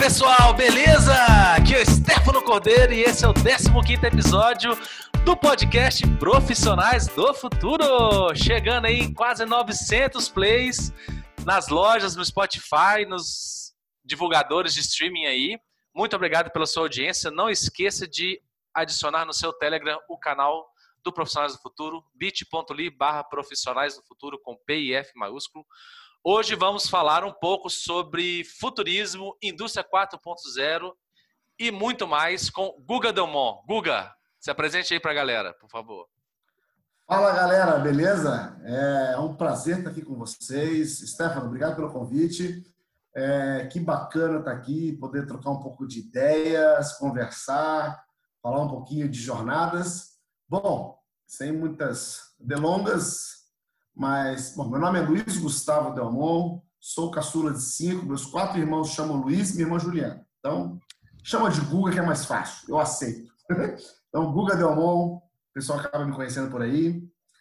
pessoal, beleza? Aqui é o Stefano Cordeiro e esse é o 15º episódio do podcast Profissionais do Futuro. Chegando aí em quase 900 plays nas lojas, no Spotify, nos divulgadores de streaming aí. Muito obrigado pela sua audiência. Não esqueça de adicionar no seu Telegram o canal do Profissionais do Futuro, bit.ly/Profissionais do Futuro com P e F maiúsculo. Hoje vamos falar um pouco sobre futurismo, indústria 4.0 e muito mais com Guga Delmont. Guga, se apresente aí para a galera, por favor. Fala, galera, beleza? É um prazer estar aqui com vocês. Stefano, obrigado pelo convite. Que bacana estar aqui, poder trocar um pouco de ideias, conversar, falar um pouquinho de jornadas. Bom, sem muitas delongas, mas, meu nome é Luiz Gustavo Delmont, sou caçula de 5, meus 4 irmãos chamam Luiz e minha irmã Juliana. Então, chama de Guga que é mais fácil, eu aceito. Então, Guga Delmont, o pessoal acaba me conhecendo por aí.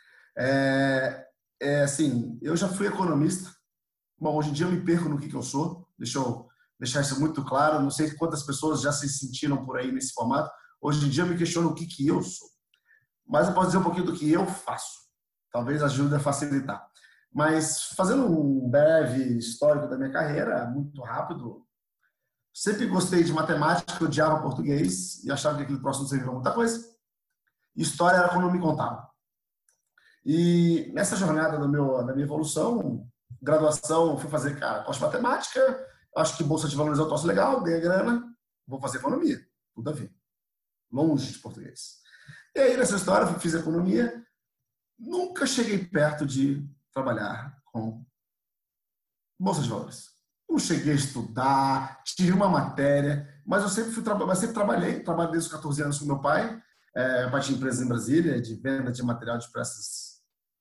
Assim, eu já fui economista. Bom, hoje em dia eu me perco no que eu sou, deixa eu deixar isso muito claro, não sei quantas pessoas já se sentiram por aí nesse formato. Hoje em dia eu me questiono o que eu sou, mas eu posso dizer um pouquinho do que eu faço. Talvez ajude a facilitar. Mas fazendo um breve histórico da minha carreira, muito rápido, sempre gostei de matemática, odiava português e achava que aquele próximo servia muita coisa. História era quando me contava. E nessa jornada da minha evolução, graduação, fui fazer, pós-matemática, acho que bolsa de valores é um troço legal, ganhei grana, vou fazer economia, tudo a ver. Longe de português. E aí, nessa história, fiz economia, nunca cheguei perto de trabalhar com bolsa de valores. Não cheguei a estudar, tive uma matéria, mas eu sempre trabalhei desde os 14 anos com meu pai. Meu pai tinha empresa em Brasília de venda de material de peças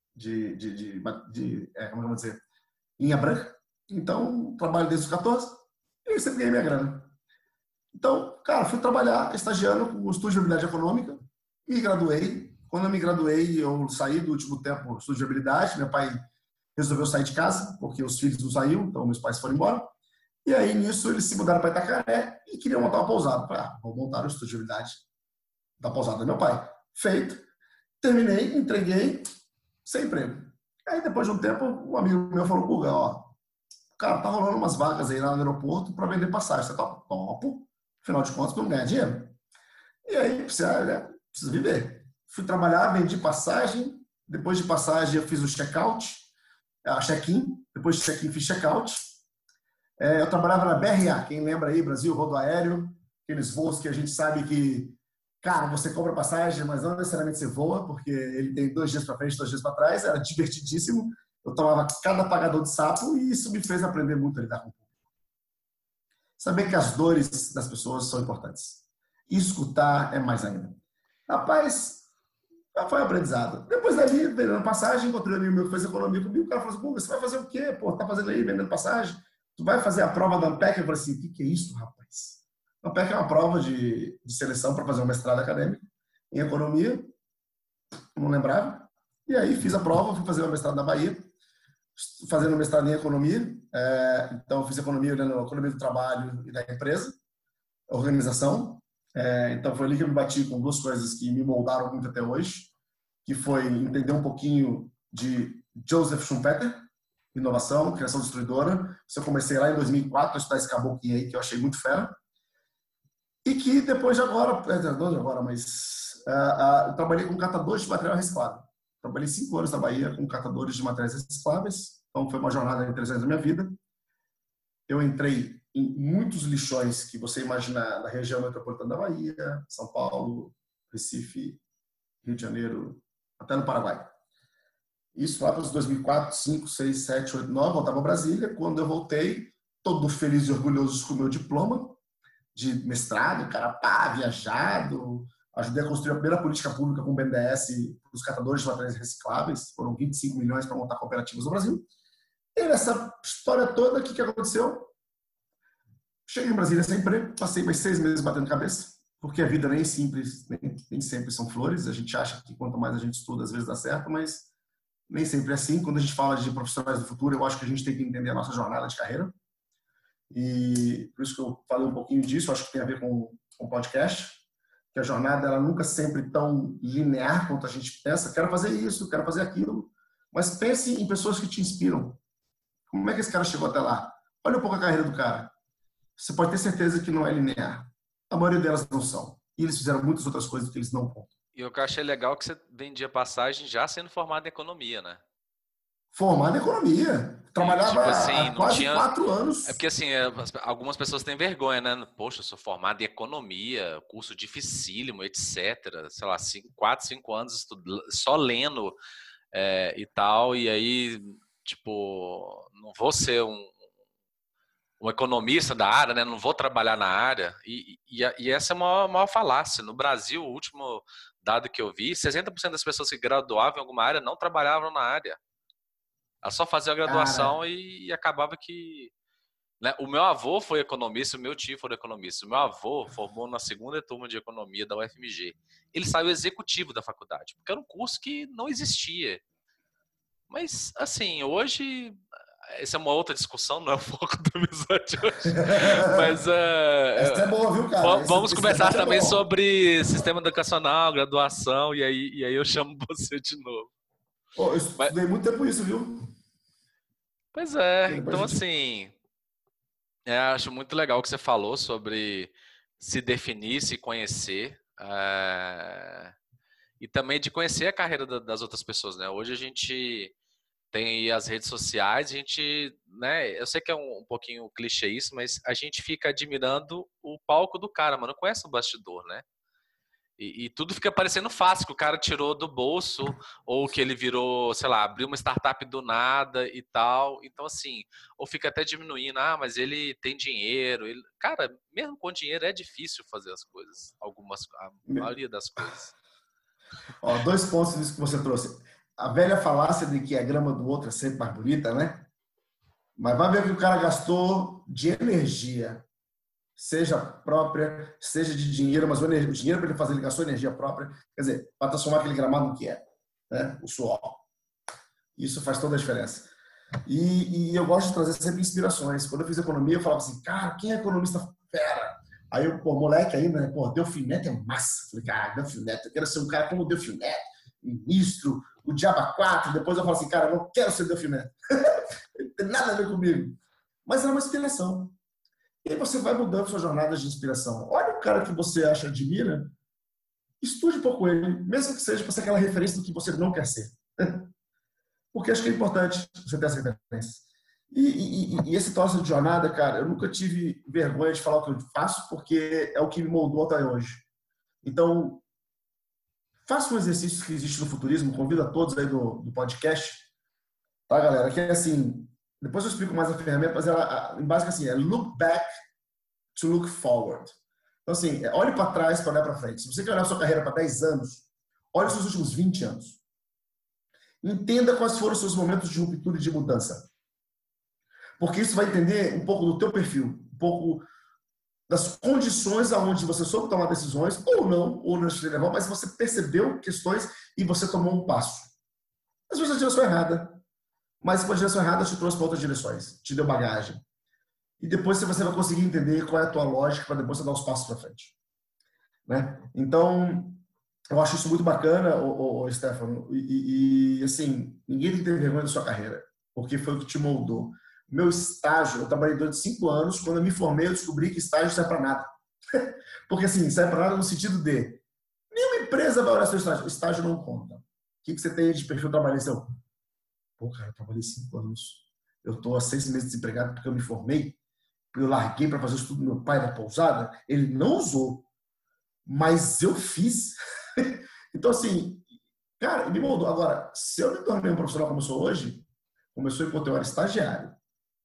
como vamos dizer, linha branca. Então, trabalho desde os 14 e eu sempre ganhei minha grana. Então, fui trabalhar estagiando com o Estúdio de Habilidade Econômica e graduei. Quando eu me graduei, eu saí do último tempo do Estúdio de Habilidade. Meu pai resolveu sair de casa, porque os filhos não saíam, então meus pais foram embora. E aí, nisso, eles se mudaram para Itacaré e queriam montar uma pousada. Falei, vou montar o Estúdio de Habilidade da pousada do meu pai. Feito. Terminei, entreguei, sem emprego. Aí, depois de um tempo, um amigo meu falou, Guga, tá rolando umas vagas aí lá no aeroporto para vender passagem. Você topa? Topo. Afinal de contas, não ganhar dinheiro. E aí, precisa viver. Fui trabalhar, vendi passagem. Depois de passagem, eu fiz o check-in. Depois de check-in, fiz check-out. Eu trabalhava na BRA. Quem lembra aí, Brasil Rodoaéreo. Aqueles voos que a gente sabe que, você compra passagem, mas não necessariamente você voa, porque ele tem 2 dias para frente, 2 dias para trás. Era divertidíssimo. Eu tomava cada pagador de sapo e isso me fez aprender muito a lidar com o público. Saber que as dores das pessoas são importantes. E escutar é mais ainda. Rapaz, foi um aprendizado. Depois dali, vendendo passagem, encontrei um amigo meu que fez economia comigo. O cara falou assim, você vai fazer o quê? Tá fazendo aí, vendendo passagem? Tu vai fazer a prova da Ampec? Eu falei assim, o que é isso, rapaz? A Ampec é uma prova de seleção para fazer um mestrado acadêmico em economia. Não lembrava. E aí fiz a prova, fui fazer o mestrado na Bahia, fazendo mestrado em economia. Então, eu fiz economia olhando a economia do trabalho e da empresa, organização. Então, foi ali que eu me bati com 2 coisas que me moldaram muito até hoje, que foi entender um pouquinho de Joseph Schumpeter, inovação, criação destruidora. Isso eu comecei lá em 2004 a estudar esse caboclinho aí, que eu achei muito fera. E que depois de agora, eu trabalhei com catadores de material reciclado. Trabalhei 5 anos na Bahia com catadores de materiais recicláveis. Então, foi uma jornada interessante da minha vida. Eu entrei em muitos lixões que você imagina na região metropolitana da Bahia, São Paulo, Recife, Rio de Janeiro, até no Paraguai. Isso lá para os 2004, 5, 6, 7, 8, 9, voltava a Brasília. Quando eu voltei, todo feliz e orgulhoso com o meu diploma de mestrado, viajado, ajudei a construir a primeira política pública com o BNDES para os catadores de materiais recicláveis. Foram 25 milhões para montar cooperativas no Brasil. E nessa história toda, o que aconteceu? Cheguei em Brasília sem emprego, passei mais 6 meses batendo cabeça, porque a vida nem sempre são flores. A gente acha que quanto mais a gente estuda, às vezes dá certo, mas nem sempre é assim. Quando a gente fala de profissionais do futuro, eu acho que a gente tem que entender a nossa jornada de carreira. E por isso que eu falei um pouquinho disso, acho que tem a ver com o podcast, que a jornada ela nunca é sempre tão linear quanto a gente pensa. Quero fazer isso, quero fazer aquilo. Mas pense em pessoas que te inspiram. Como é que esse cara chegou até lá? Olha um pouco a carreira do cara. Você pode ter certeza que não é linear. A maioria delas não são. E eles fizeram muitas outras coisas que eles não contam. E o que eu achei legal é que você vendia passagem já sendo formado em economia, né? Formado em economia. Trabalhava tipo assim, há não quase tinha... 4 anos. É porque assim, algumas pessoas têm vergonha, né? Poxa, eu sou formado em economia, curso dificílimo, etc. Sei lá, 4, 5 anos só lendo e tal. E aí, tipo, não vou ser um economista da área, né? Não vou trabalhar na área. E essa é uma maior falácia. No Brasil, o último dado que eu vi, 60% das pessoas que graduavam em alguma área não trabalhavam na área. Ela só fazia a graduação Cara, e acabava que... Né? O meu avô foi economista, o meu tio foi economista. O meu avô formou na segunda turma de economia da UFMG. Ele saiu executivo da faculdade, porque era um curso que não existia. Mas, assim, hoje... Essa é uma outra discussão, não é o foco do episódio hoje. Mas essa é boa, viu, cara? vamos Esse conversar debate é também bom. sobre sistema educacional, graduação, e aí eu chamo você de novo. Pô, eu Mas, estudei muito tempo isso, viu? pois é, Porque depois então a gente... assim, acho muito legal o que você falou sobre se definir, se conhecer, e também de conhecer a carreira das outras pessoas, né? Hoje a gente tem aí as redes sociais, a gente, né? Eu sei que é um pouquinho clichê isso, mas a gente fica admirando o palco do cara, mano, não conhece o bastidor, né? E tudo fica parecendo fácil, que o cara tirou do bolso, ou que ele virou, sei lá, abriu uma startup do nada e tal. Então, assim, ou fica até diminuindo, mas ele tem dinheiro. Cara, mesmo com dinheiro é difícil fazer as coisas, a maioria das coisas. Ó, 2 pontos nisso que você trouxe. A velha falácia de que a grama do outro é sempre mais bonita, né? Mas vai ver o que o cara gastou de energia, seja própria, seja de dinheiro, mas o dinheiro para ele fazer, ele gastou energia própria, quer dizer, para transformar aquele gramado no que é, né? O suor. Isso faz toda a diferença. E eu gosto de trazer sempre inspirações. Quando eu fiz economia, eu falava assim, cara, quem é economista fera? Aí eu, pô, moleque ainda, né? Pô, Delfim Neto é massa. Falei, cara, Delfim Neto, eu quero ser um cara como o Delfim Neto, ministro, o Diaba 4. Depois eu falo assim, cara, eu não quero ser Delfim Neto. Não tem nada a ver comigo. Mas era uma inspiração. E aí você vai mudando sua jornada de inspiração. Olha o cara que você acha admira, estude um pouco ele, mesmo que seja para ser aquela referência do que você não quer ser. Porque acho que é importante você ter essa referência. E esse troço de jornada, cara, eu nunca tive vergonha de falar o que eu faço, porque é o que me moldou até hoje. Então, faça um exercício que existe no futurismo, convido a todos aí do podcast, tá, galera? Que é assim, depois eu explico mais a ferramenta, mas ela, em básico assim, é look back to look forward. Então, assim, olhe para trás para olhar para frente. Se você quer olhar a sua carreira para 10 anos, olhe os seus últimos 20 anos. Entenda quais foram os seus momentos de ruptura e de mudança. Porque isso vai entender um pouco do teu perfil, um pouco das condições aonde você soube tomar decisões, ou não te levou, mas você percebeu questões e você tomou um passo. Às vezes a direção errada, mas se a direção errada te trouxe para outras direções, te deu bagagem. E depois você vai conseguir entender qual é a tua lógica para depois você dar os passos para frente. Né? Então, eu acho isso muito bacana, Stefano. E, assim, ninguém tem que ter vergonha da sua carreira, porque foi o que te moldou. Meu estágio, eu trabalhei durante 5 anos. Quando eu me formei, eu descobri que estágio não serve para nada. Porque, assim, serve para nada no sentido de nenhuma empresa vai olhar seu estágio. O estágio não conta. O que você tem de perfil trabalhista? Pô, cara, eu trabalhei 5 anos. Eu estou há 6 meses desempregado porque eu me formei. Eu larguei para fazer o estudo do meu pai da pousada. Ele não usou, mas eu fiz. Então, assim, cara, me moldou. Agora, se eu me tornei um profissional como eu sou hoje, começou enquanto eu era estagiário.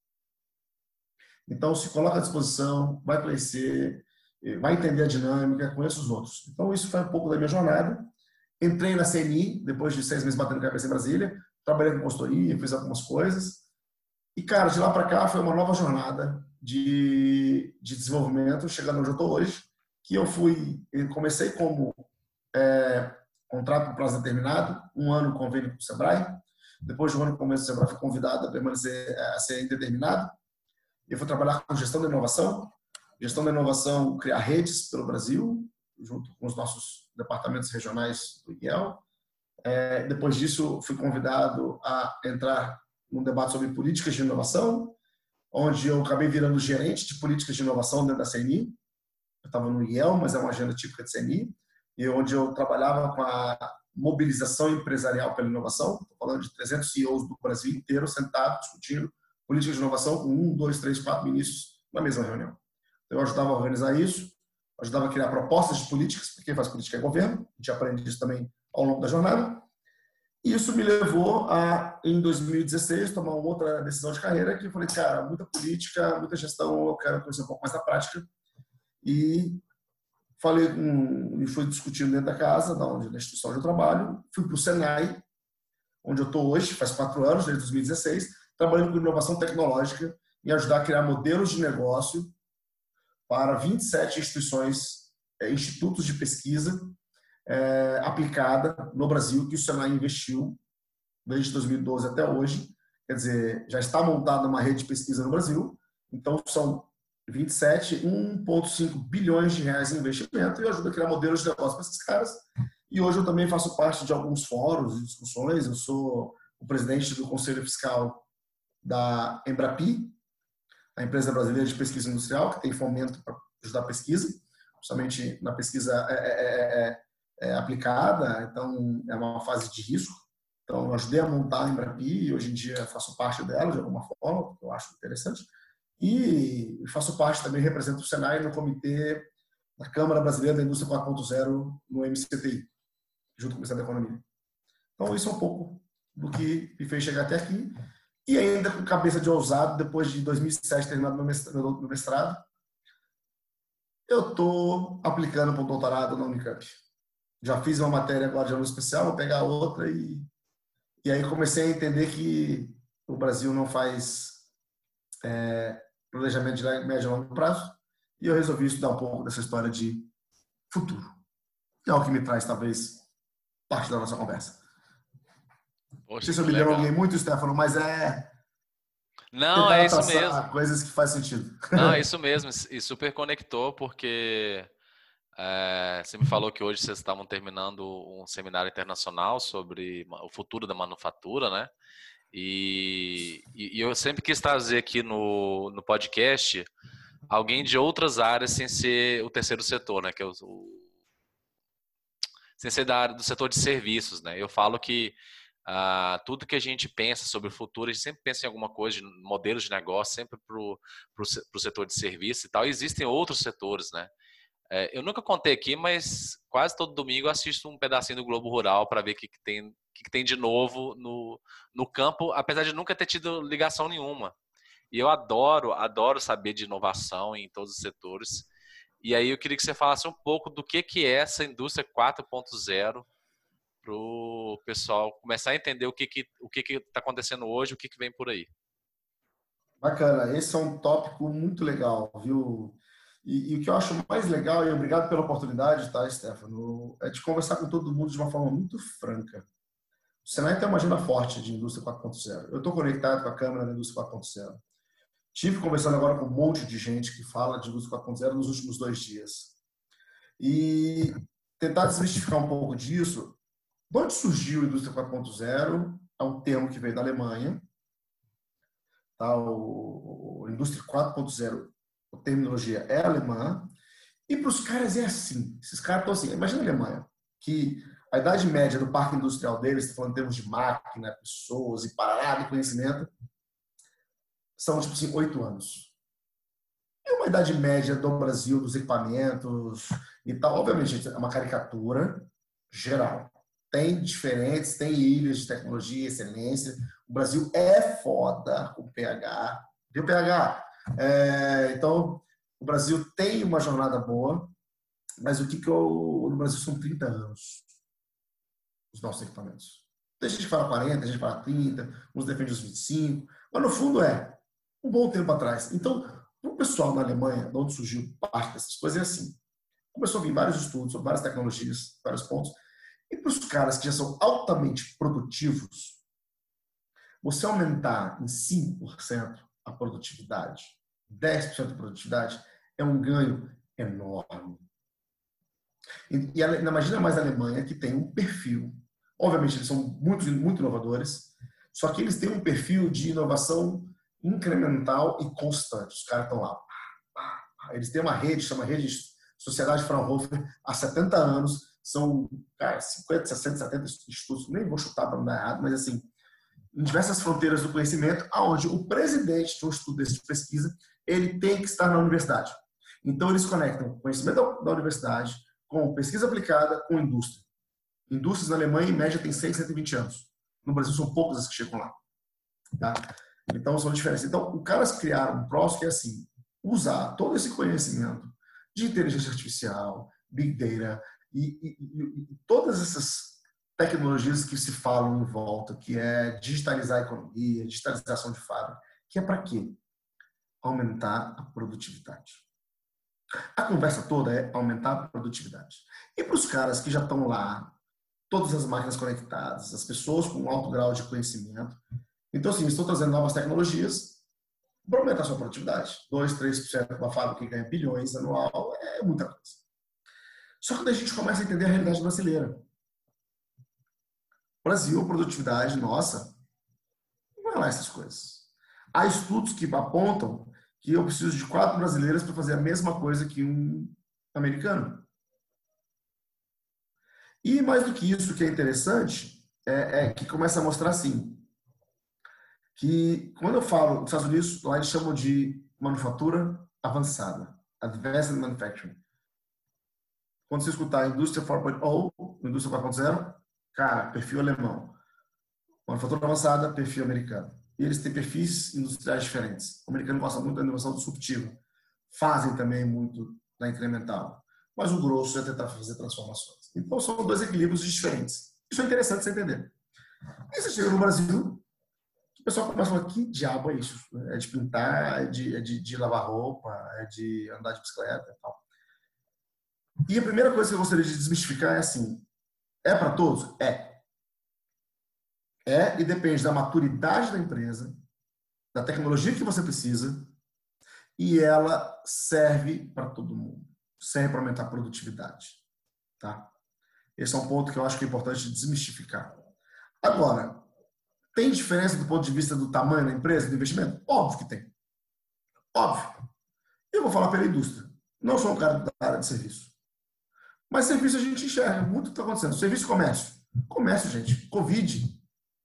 Então, se coloca à disposição, vai conhecer, vai entender a dinâmica, conheça os outros. Então, isso foi um pouco da minha jornada. Entrei na CNI, depois de 6 meses batendo cabeça em Brasília, trabalhei com consultoria, fiz algumas coisas. E, cara, de lá para cá foi uma nova jornada de desenvolvimento, chegando onde eu estou hoje, que eu comecei como contrato por prazo determinado, 1 ano convênio com o Sebrae. Depois de 1 ano com o Sebrae, fui convidado a permanecer a ser indeterminado. Eu fui trabalhar com gestão da inovação. Gestão da inovação, criar redes pelo Brasil, junto com os nossos departamentos regionais do IEL. Depois disso, fui convidado a entrar num debate sobre políticas de inovação, onde eu acabei virando gerente de políticas de inovação dentro da CNI. Eu estava no IEL, mas é uma agenda típica de CNI, e onde eu trabalhava com a mobilização empresarial pela inovação. Estou falando de 300 CEOs do Brasil inteiro sentados discutindo políticas de inovação com 1, 2, 3, 4 ministros na mesma reunião. Eu ajudava a organizar isso, ajudava a criar propostas de políticas, porque quem faz política é governo, a gente aprende isso também ao longo da jornada. E isso me levou a, em 2016, tomar uma outra decisão de carreira, que eu falei, cara, muita política, muita gestão, eu quero conhecer um pouco mais da prática. E falei, e fui discutindo dentro da casa, da instituição onde eu trabalho, fui para o Senai, onde eu estou hoje, faz 4 anos, desde 2016, trabalhando com inovação tecnológica e ajudar a criar modelos de negócio para 27 instituições, institutos de pesquisa aplicada no Brasil, que o Senai investiu desde 2012 até hoje. Quer dizer, já está montada uma rede de pesquisa no Brasil, então são 27, 1,5 bilhões de reais em investimento, e eu ajudo a criar modelos de negócio para esses caras. E hoje eu também faço parte de alguns fóruns e discussões. Eu sou o presidente do Conselho Fiscal da Embrapi, a empresa brasileira de pesquisa industrial, que tem fomento para ajudar a pesquisa, principalmente na pesquisa aplicada. Então, é uma fase de risco. Então, eu ajudei a montar a Embrapi e hoje em dia faço parte dela de alguma forma, porque eu acho interessante. E faço parte também, represento o Senai no comitê da Câmara Brasileira da Indústria 4.0 no MCTI, junto com o Ministério da Economia. Então, isso é um pouco do que me fez chegar até aqui. E ainda com cabeça de ousado, depois de 2007 terminado meu mestrado, eu estou aplicando para um doutorado na Unicamp. Já fiz uma matéria agora de ano especial, vou pegar outra e aí comecei a entender que o Brasil não faz planejamento de médio e longo prazo, e eu resolvi estudar um pouco dessa história de futuro. Que é o que me traz, talvez, parte da nossa conversa. Poxa, não sei se eu me delonguei muito, Stefano, mas Não, é isso mesmo. Coisas que fazem sentido. Não, é isso mesmo. E super conectou, porque você me falou que hoje vocês estavam terminando um seminário internacional sobre o futuro da manufatura, né? E eu sempre quis trazer aqui no podcast alguém de outras áreas sem ser o terceiro setor, né? Que é sem ser da área do setor de serviços, né? Eu falo que tudo que a gente pensa sobre o futuro, a gente sempre pensa em alguma coisa, de modelos de negócio, sempre para o setor de serviço e tal. E existem outros setores, né? Eu nunca contei aqui, mas quase todo domingo eu assisto um pedacinho do Globo Rural para ver o que tem de novo no campo, apesar de nunca ter tido ligação nenhuma. E eu adoro saber de inovação em todos os setores. E aí eu queria que você falasse um pouco do que é essa indústria 4.0 para o pessoal começar a entender o que está acontecendo hoje, o que vem por aí. Bacana, esse é um tópico muito legal, viu? E o que eu acho mais legal, e obrigado pela oportunidade, tá, Stefano, é de conversar com todo mundo de uma forma muito franca. O Senai tem uma agenda forte de indústria 4.0. Eu estou conectado com a Câmara da Indústria 4.0. Estive conversando agora com um monte de gente que fala de indústria 4.0 nos últimos 2 dias. E tentar desmistificar um pouco disso. De onde surgiu a indústria 4.0? É um termo que veio da Alemanha. Tá? O indústria 4.0, a terminologia é alemã. E para os caras é assim. Esses caras estão assim. Imagina a Alemanha, que a idade média do parque industrial deles, está falando em termos de máquina, pessoas e parará de conhecimento, são tipo assim, 8 anos. E uma idade média do Brasil, dos equipamentos e tal, obviamente é uma caricatura geral. Tem diferentes, tem ilhas de tecnologia, excelência. O Brasil é foda com PH. Viu, PH? Então, o Brasil tem uma jornada boa, mas no Brasil são 30 anos os nossos equipamentos. Tem gente que fala 40, tem gente que fala 30, uns defendem os 25, mas no fundo é um bom tempo atrás. Então, o pessoal na Alemanha, de onde surgiu parte dessas coisas, é assim. Começou a vir vários estudos sobre várias tecnologias, vários pontos. E para os caras que já são altamente produtivos, você aumentar em 5% a produtividade 10% de produtividade, é um ganho enorme. E imagina mais a Alemanha, que tem um perfil. Obviamente, eles são muito inovadores, só que eles têm um perfil de inovação incremental e constante. Os caras estão lá. Eles têm uma rede, chama Rede Sociedade Fraunhofer, há 70 anos. São, cara, 50, 60, 70 institutos, nem vou chutar para não dar errado, mas assim, em diversas fronteiras do conhecimento, aonde o presidente de um estudo desse de pesquisa, ele tem que estar na universidade. Então, eles conectam o conhecimento da universidade com pesquisa aplicada com indústria. Indústrias na Alemanha, em média, tem 100, 120 anos. No Brasil, são poucas as que chegam lá. Tá? Então, são diferentes. Então, os caras criaram um próximo que é assim, usar todo esse conhecimento de inteligência artificial, Big Data e todas essas tecnologias que se falam em volta, que é digitalizar a economia, digitalização de fábrica, que é para quê? Aumentar a produtividade. A conversa toda é aumentar a produtividade. E para os caras que já estão lá, todas as máquinas conectadas, as pessoas com alto grau de conhecimento, então, assim, estão trazendo novas tecnologias para aumentar a sua produtividade. 2, 3% de uma fábrica que ganha bilhões anual é muita coisa. Só que daí a gente começa a entender a realidade brasileira. Brasil, produtividade, nossa, não é lá essas coisas. Há estudos que apontam que eu preciso de 4 brasileiras para fazer a mesma coisa que um americano. E mais do que isso, o que é interessante é que começa a mostrar assim, que quando eu falo nos Estados Unidos, lá eles chamam de manufatura avançada, Advanced Manufacturing. Quando você escutar Indústria 4.0, Indústria 4.0, cara, perfil alemão. Manufatura avançada, perfil americano. E eles têm perfis industriais diferentes. O americano gosta muito da inovação disruptiva. Fazem também muito da incremental. Mas o grosso é tentar fazer transformações. Então, são 2 equilíbrios diferentes. Isso é interessante você entender. E você chega no Brasil, o pessoal começa a falar, que diabo é isso? É de pintar, é de lavar roupa, é de andar de bicicleta e tal. E a primeira coisa que eu gostaria de desmistificar é assim, é para todos? É e depende da maturidade da empresa, da tecnologia que você precisa, e ela serve para todo mundo. Serve para aumentar a produtividade. Tá? Esse é um ponto que eu acho que é importante desmistificar. Agora, tem diferença do ponto de vista do tamanho da empresa, do investimento? Óbvio que tem. Óbvio. Eu vou falar pela indústria. Não sou um cara da área de serviço. Mas serviço a gente enxerga. Muito está acontecendo. Serviço e comércio. Comércio, gente. Covid.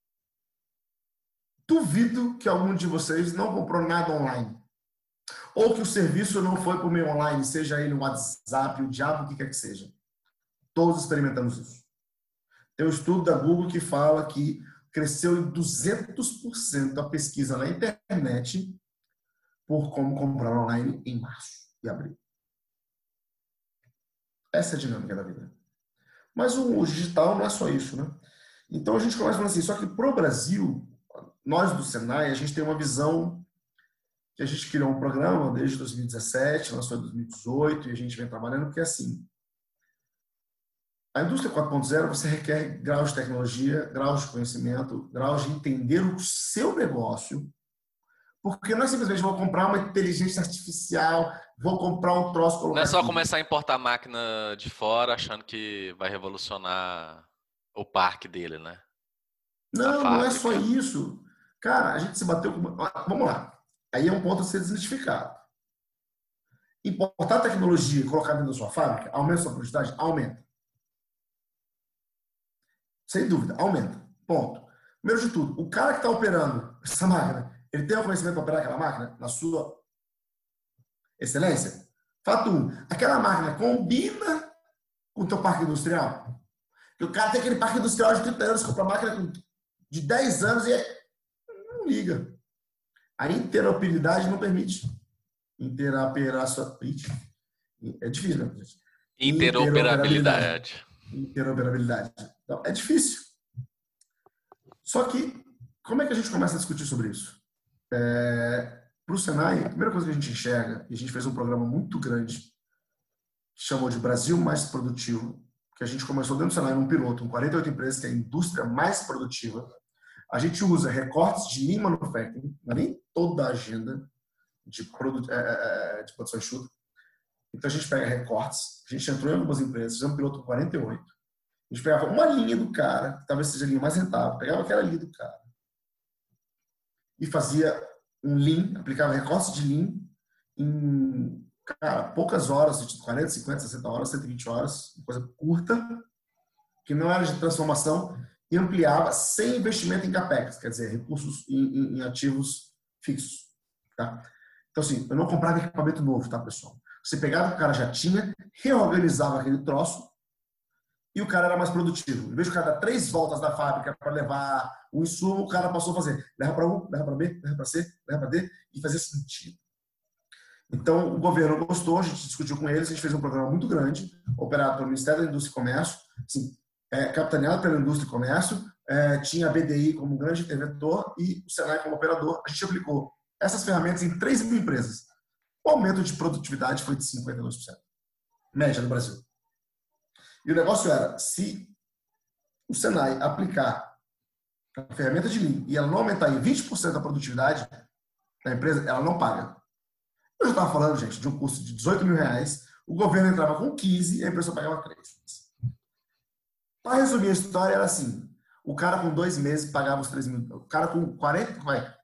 Duvido que algum de vocês não comprou nada online. Ou que o serviço não foi por meio online, seja ele um WhatsApp, o diabo, o que quer que seja. Todos experimentamos isso. Tem um estudo da Google que fala que cresceu em 200% a pesquisa na internet por como comprar online em março e abril. Essa é a dinâmica da vida. Mas o digital não é só isso, né? Então a gente começa falando assim, só que para o Brasil, nós do Senai, a gente tem uma visão que a gente criou um programa desde 2017, lançou em 2018 e a gente vem trabalhando, porque é assim, a indústria 4.0 você requer graus de tecnologia, graus de conhecimento, graus de entender o seu negócio, porque não é simplesmente vou comprar uma inteligência artificial, vou comprar um troço, colocar Não é só aqui. começar a importar máquina de fora achando que vai revolucionar o parque dele, né? Não é só isso. Cara, a gente se bateu com... Vamos lá. Aí é um ponto a ser desmistificado. Importar tecnologia e colocar dentro da sua fábrica, aumenta a sua produtividade? Aumenta. Sem dúvida, aumenta. Ponto. Primeiro de tudo, o cara que está operando essa máquina, ele tem o conhecimento para operar aquela máquina na sua excelência? Fato 1. Aquela máquina combina com o teu parque industrial? Porque o cara tem aquele parque industrial de 30 anos, compra máquina de 10 anos e não liga. A interoperabilidade não permite. Interoperabilidade. É difícil, né, gente? Interoperabilidade. Então, é difícil. Só que, como é que a gente começa a discutir sobre isso? Para o Senai, a primeira coisa que a gente enxerga, e a gente fez um programa muito grande, que chamou de Brasil Mais Produtivo, que a gente começou dentro do Senai, num piloto, com 48 empresas, que é a indústria mais produtiva. A gente usa recortes de Lean Manufacturing, não é nem toda a agenda, de produção enxuta. Então a gente pega recortes, a gente entrou em algumas empresas, fizemos um piloto com 48. A gente pegava uma linha do cara, que talvez seja a linha mais rentável, pegava aquela linha do cara e fazia um Lean, aplicava recortes de Lean em, cara, poucas horas, 40, 50, 60 horas, 120 horas, uma coisa curta, que não era de transformação, e ampliava sem investimento em CAPEX, quer dizer, recursos em ativos fixos. Tá? Então, assim, eu não comprava equipamento novo, tá, pessoal? Você pegava o que o cara já tinha, reorganizava aquele troço e o cara era mais produtivo. Em vez de o cara dar 3 voltas na fábrica para levar o insumo, o cara passou a fazer leva para U, leva para B, leva para C, leva para D, e fazia sentido. Então, o governo gostou, a gente discutiu com eles, a gente fez um programa muito grande, operado pelo Ministério da Indústria e Comércio, assim, capitaneado pela Indústria e Comércio, tinha a BDI como grande interventor e o Senai como operador. A gente aplicou essas ferramentas em 3.000 empresas. O aumento de produtividade foi de 52%, média no Brasil. E o negócio era, se o Senai aplicar a ferramenta de Lean e ela não aumentar em 20% a produtividade da empresa, ela não paga. Eu já estava falando, gente, de um custo de R$18 mil, o governo entrava com 15 e a empresa pagava 3. Para resumir a história, era assim, o cara com 2 meses pagava os 3 mil, o cara com 40,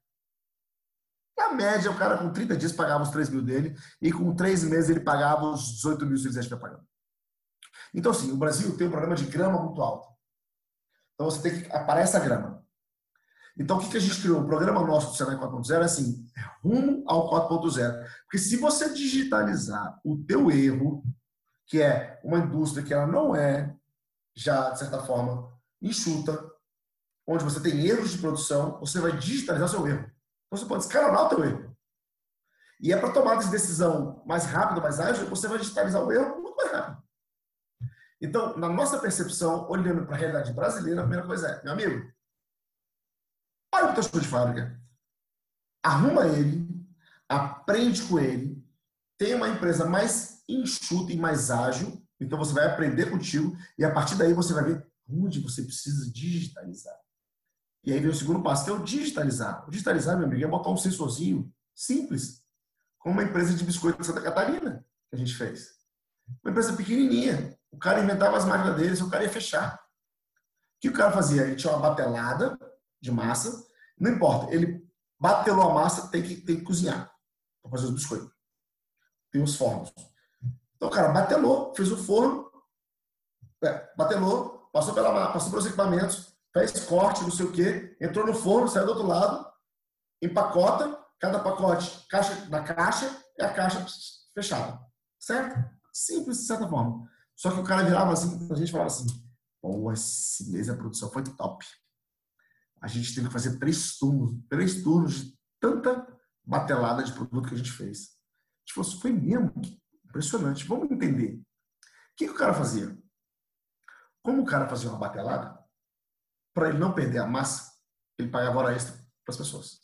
na média, o cara com 30 dias pagava os 3 mil dele e com 3 meses ele pagava os 18 mil se ele estiver pagando. Então, assim, o Brasil tem um problema de grama muito alto. Então, você tem que aparece a grama. Então, o que a gente criou? O programa nosso do Senai 4.0 é assim, rumo ao 4.0. Porque se você digitalizar o teu erro, que é uma indústria que ela não é, já, de certa forma, enxuta, onde você tem erros de produção, você vai digitalizar o seu erro. Então, você pode escalonar o teu erro. E é para tomar essa decisão mais rápida, mais ágil, você vai digitalizar o erro muito mais rápido. Então, na nossa percepção, olhando para a realidade brasileira, a primeira coisa é, meu amigo, olha o teu chão de fábrica, arruma ele, aprende com ele, tem uma empresa mais enxuta e mais ágil, então você vai aprender contigo e a partir daí você vai ver onde você precisa digitalizar. E aí vem o segundo passo, que é o digitalizar. O digitalizar, meu amigo, é botar um sensorzinho simples, como uma empresa de biscoito de Santa Catarina, que a gente fez. Uma empresa pequenininha. O cara inventava as máquinas deles, o cara ia fechar. O que o cara fazia? Ele tinha uma batelada de massa, não importa, ele batelou a massa, tem que cozinhar para fazer os biscoitos. Tem os fornos. Então o cara batelou, fez o forno, batelou, passou pelos equipamentos, fez corte, não sei o quê, entrou no forno, saiu do outro lado, empacota, cada pacote na caixa e a caixa fechada. Certo? Simples, de certa forma. Só que o cara virava assim, a gente falava assim, pô, esse mês a produção foi top. A gente teve que fazer 3 turnos de tanta batelada de produto que a gente fez. A gente falou assim, foi mesmo? Impressionante. Vamos entender. O que o cara fazia? Como o cara fazia uma batelada, para ele não perder a massa, ele pagava hora extra para as pessoas.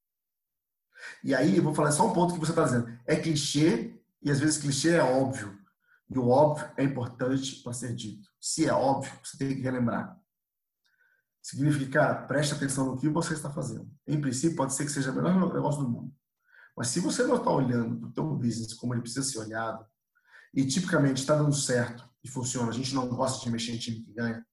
E aí, eu vou falar só um ponto que você está dizendo. É clichê, e às vezes clichê é óbvio. E o óbvio é importante para ser dito. Se é óbvio, você tem que relembrar. Significa, cara, preste atenção no que você está fazendo. Em princípio, pode ser que seja o melhor negócio do mundo. Mas se você não está olhando para o teu business como ele precisa ser olhado, e tipicamente está dando certo e funciona, a gente não gosta de mexer em time que ganha,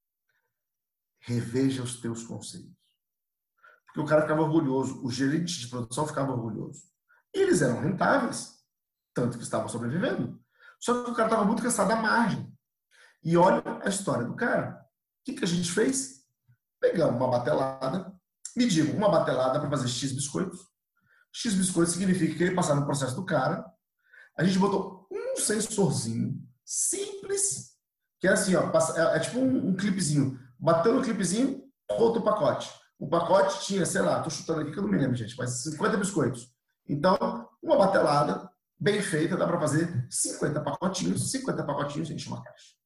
reveja os teus conceitos. Porque o cara ficava orgulhoso, o gerente de produção ficava orgulhoso. E eles eram rentáveis, tanto que estavam sobrevivendo. Só que o cara estava muito cansado da margem. E olha a história do cara. O que a gente fez? Pegamos uma batelada, medimos uma batelada para fazer X biscoitos. X biscoitos significa que ele passava no processo do cara. A gente botou um sensorzinho simples, que é assim, ó, é tipo um clipezinho. Bateu no clipezinho, volta o pacote. O pacote tinha, sei lá, tô chutando aqui que eu não me lembro, gente, mas 50 biscoitos. Então, uma batelada bem feita, dá para fazer 50 pacotinhos enche uma caixa.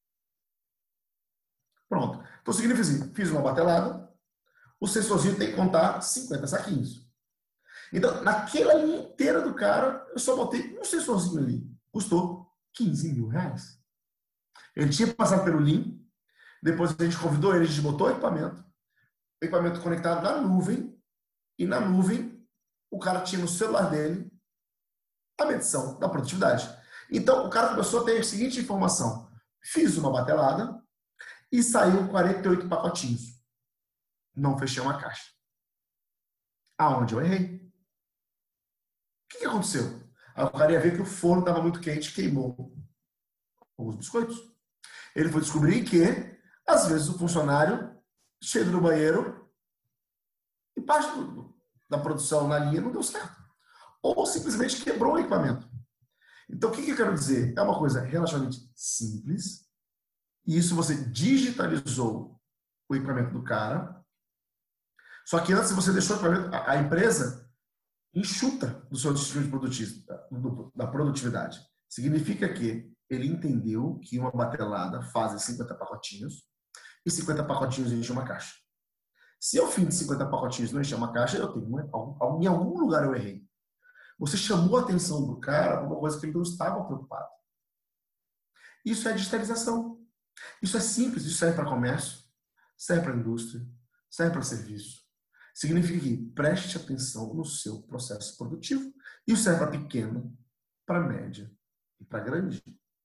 Pronto. Então, significa assim, fiz uma batelada, o sensorzinho tem que contar 50 saquinhos. Então, naquela linha inteira do cara, eu só botei um sensorzinho ali. Custou R$15 mil. Ele tinha passado pelo Lean, depois a gente convidou ele, a gente botou o equipamento conectado na nuvem, e na nuvem o cara tinha no celular dele a medição da produtividade. Então, o cara começou a ter a seguinte informação. Fiz uma batelada e saiu 48 pacotinhos. Não fechei uma caixa. Aonde eu errei? O que aconteceu? Aí o cara ia ver que o forno estava muito quente, queimou os biscoitos. Ele foi descobrir que, às vezes, o funcionário chega no banheiro e parte da produção na linha não deu certo. Ou simplesmente quebrou o equipamento. Então, o que eu quero dizer? É uma coisa relativamente simples. E isso você digitalizou o equipamento do cara. Só que antes você deixou a empresa enxuta do seu destino da produtividade. Significa que ele entendeu que uma batelada faz 50 pacotinhos e 50 pacotinhos enche uma caixa. Se ao fim de 50 pacotinhos não encher uma caixa, eu tenho em algum lugar eu errei. Você chamou a atenção do cara para uma coisa que ele não estava preocupado. Isso é digitalização. Isso é simples, isso serve para comércio, serve para indústria, serve para serviço. Significa que preste atenção no seu processo produtivo. Isso serve para pequeno, para média e para grande.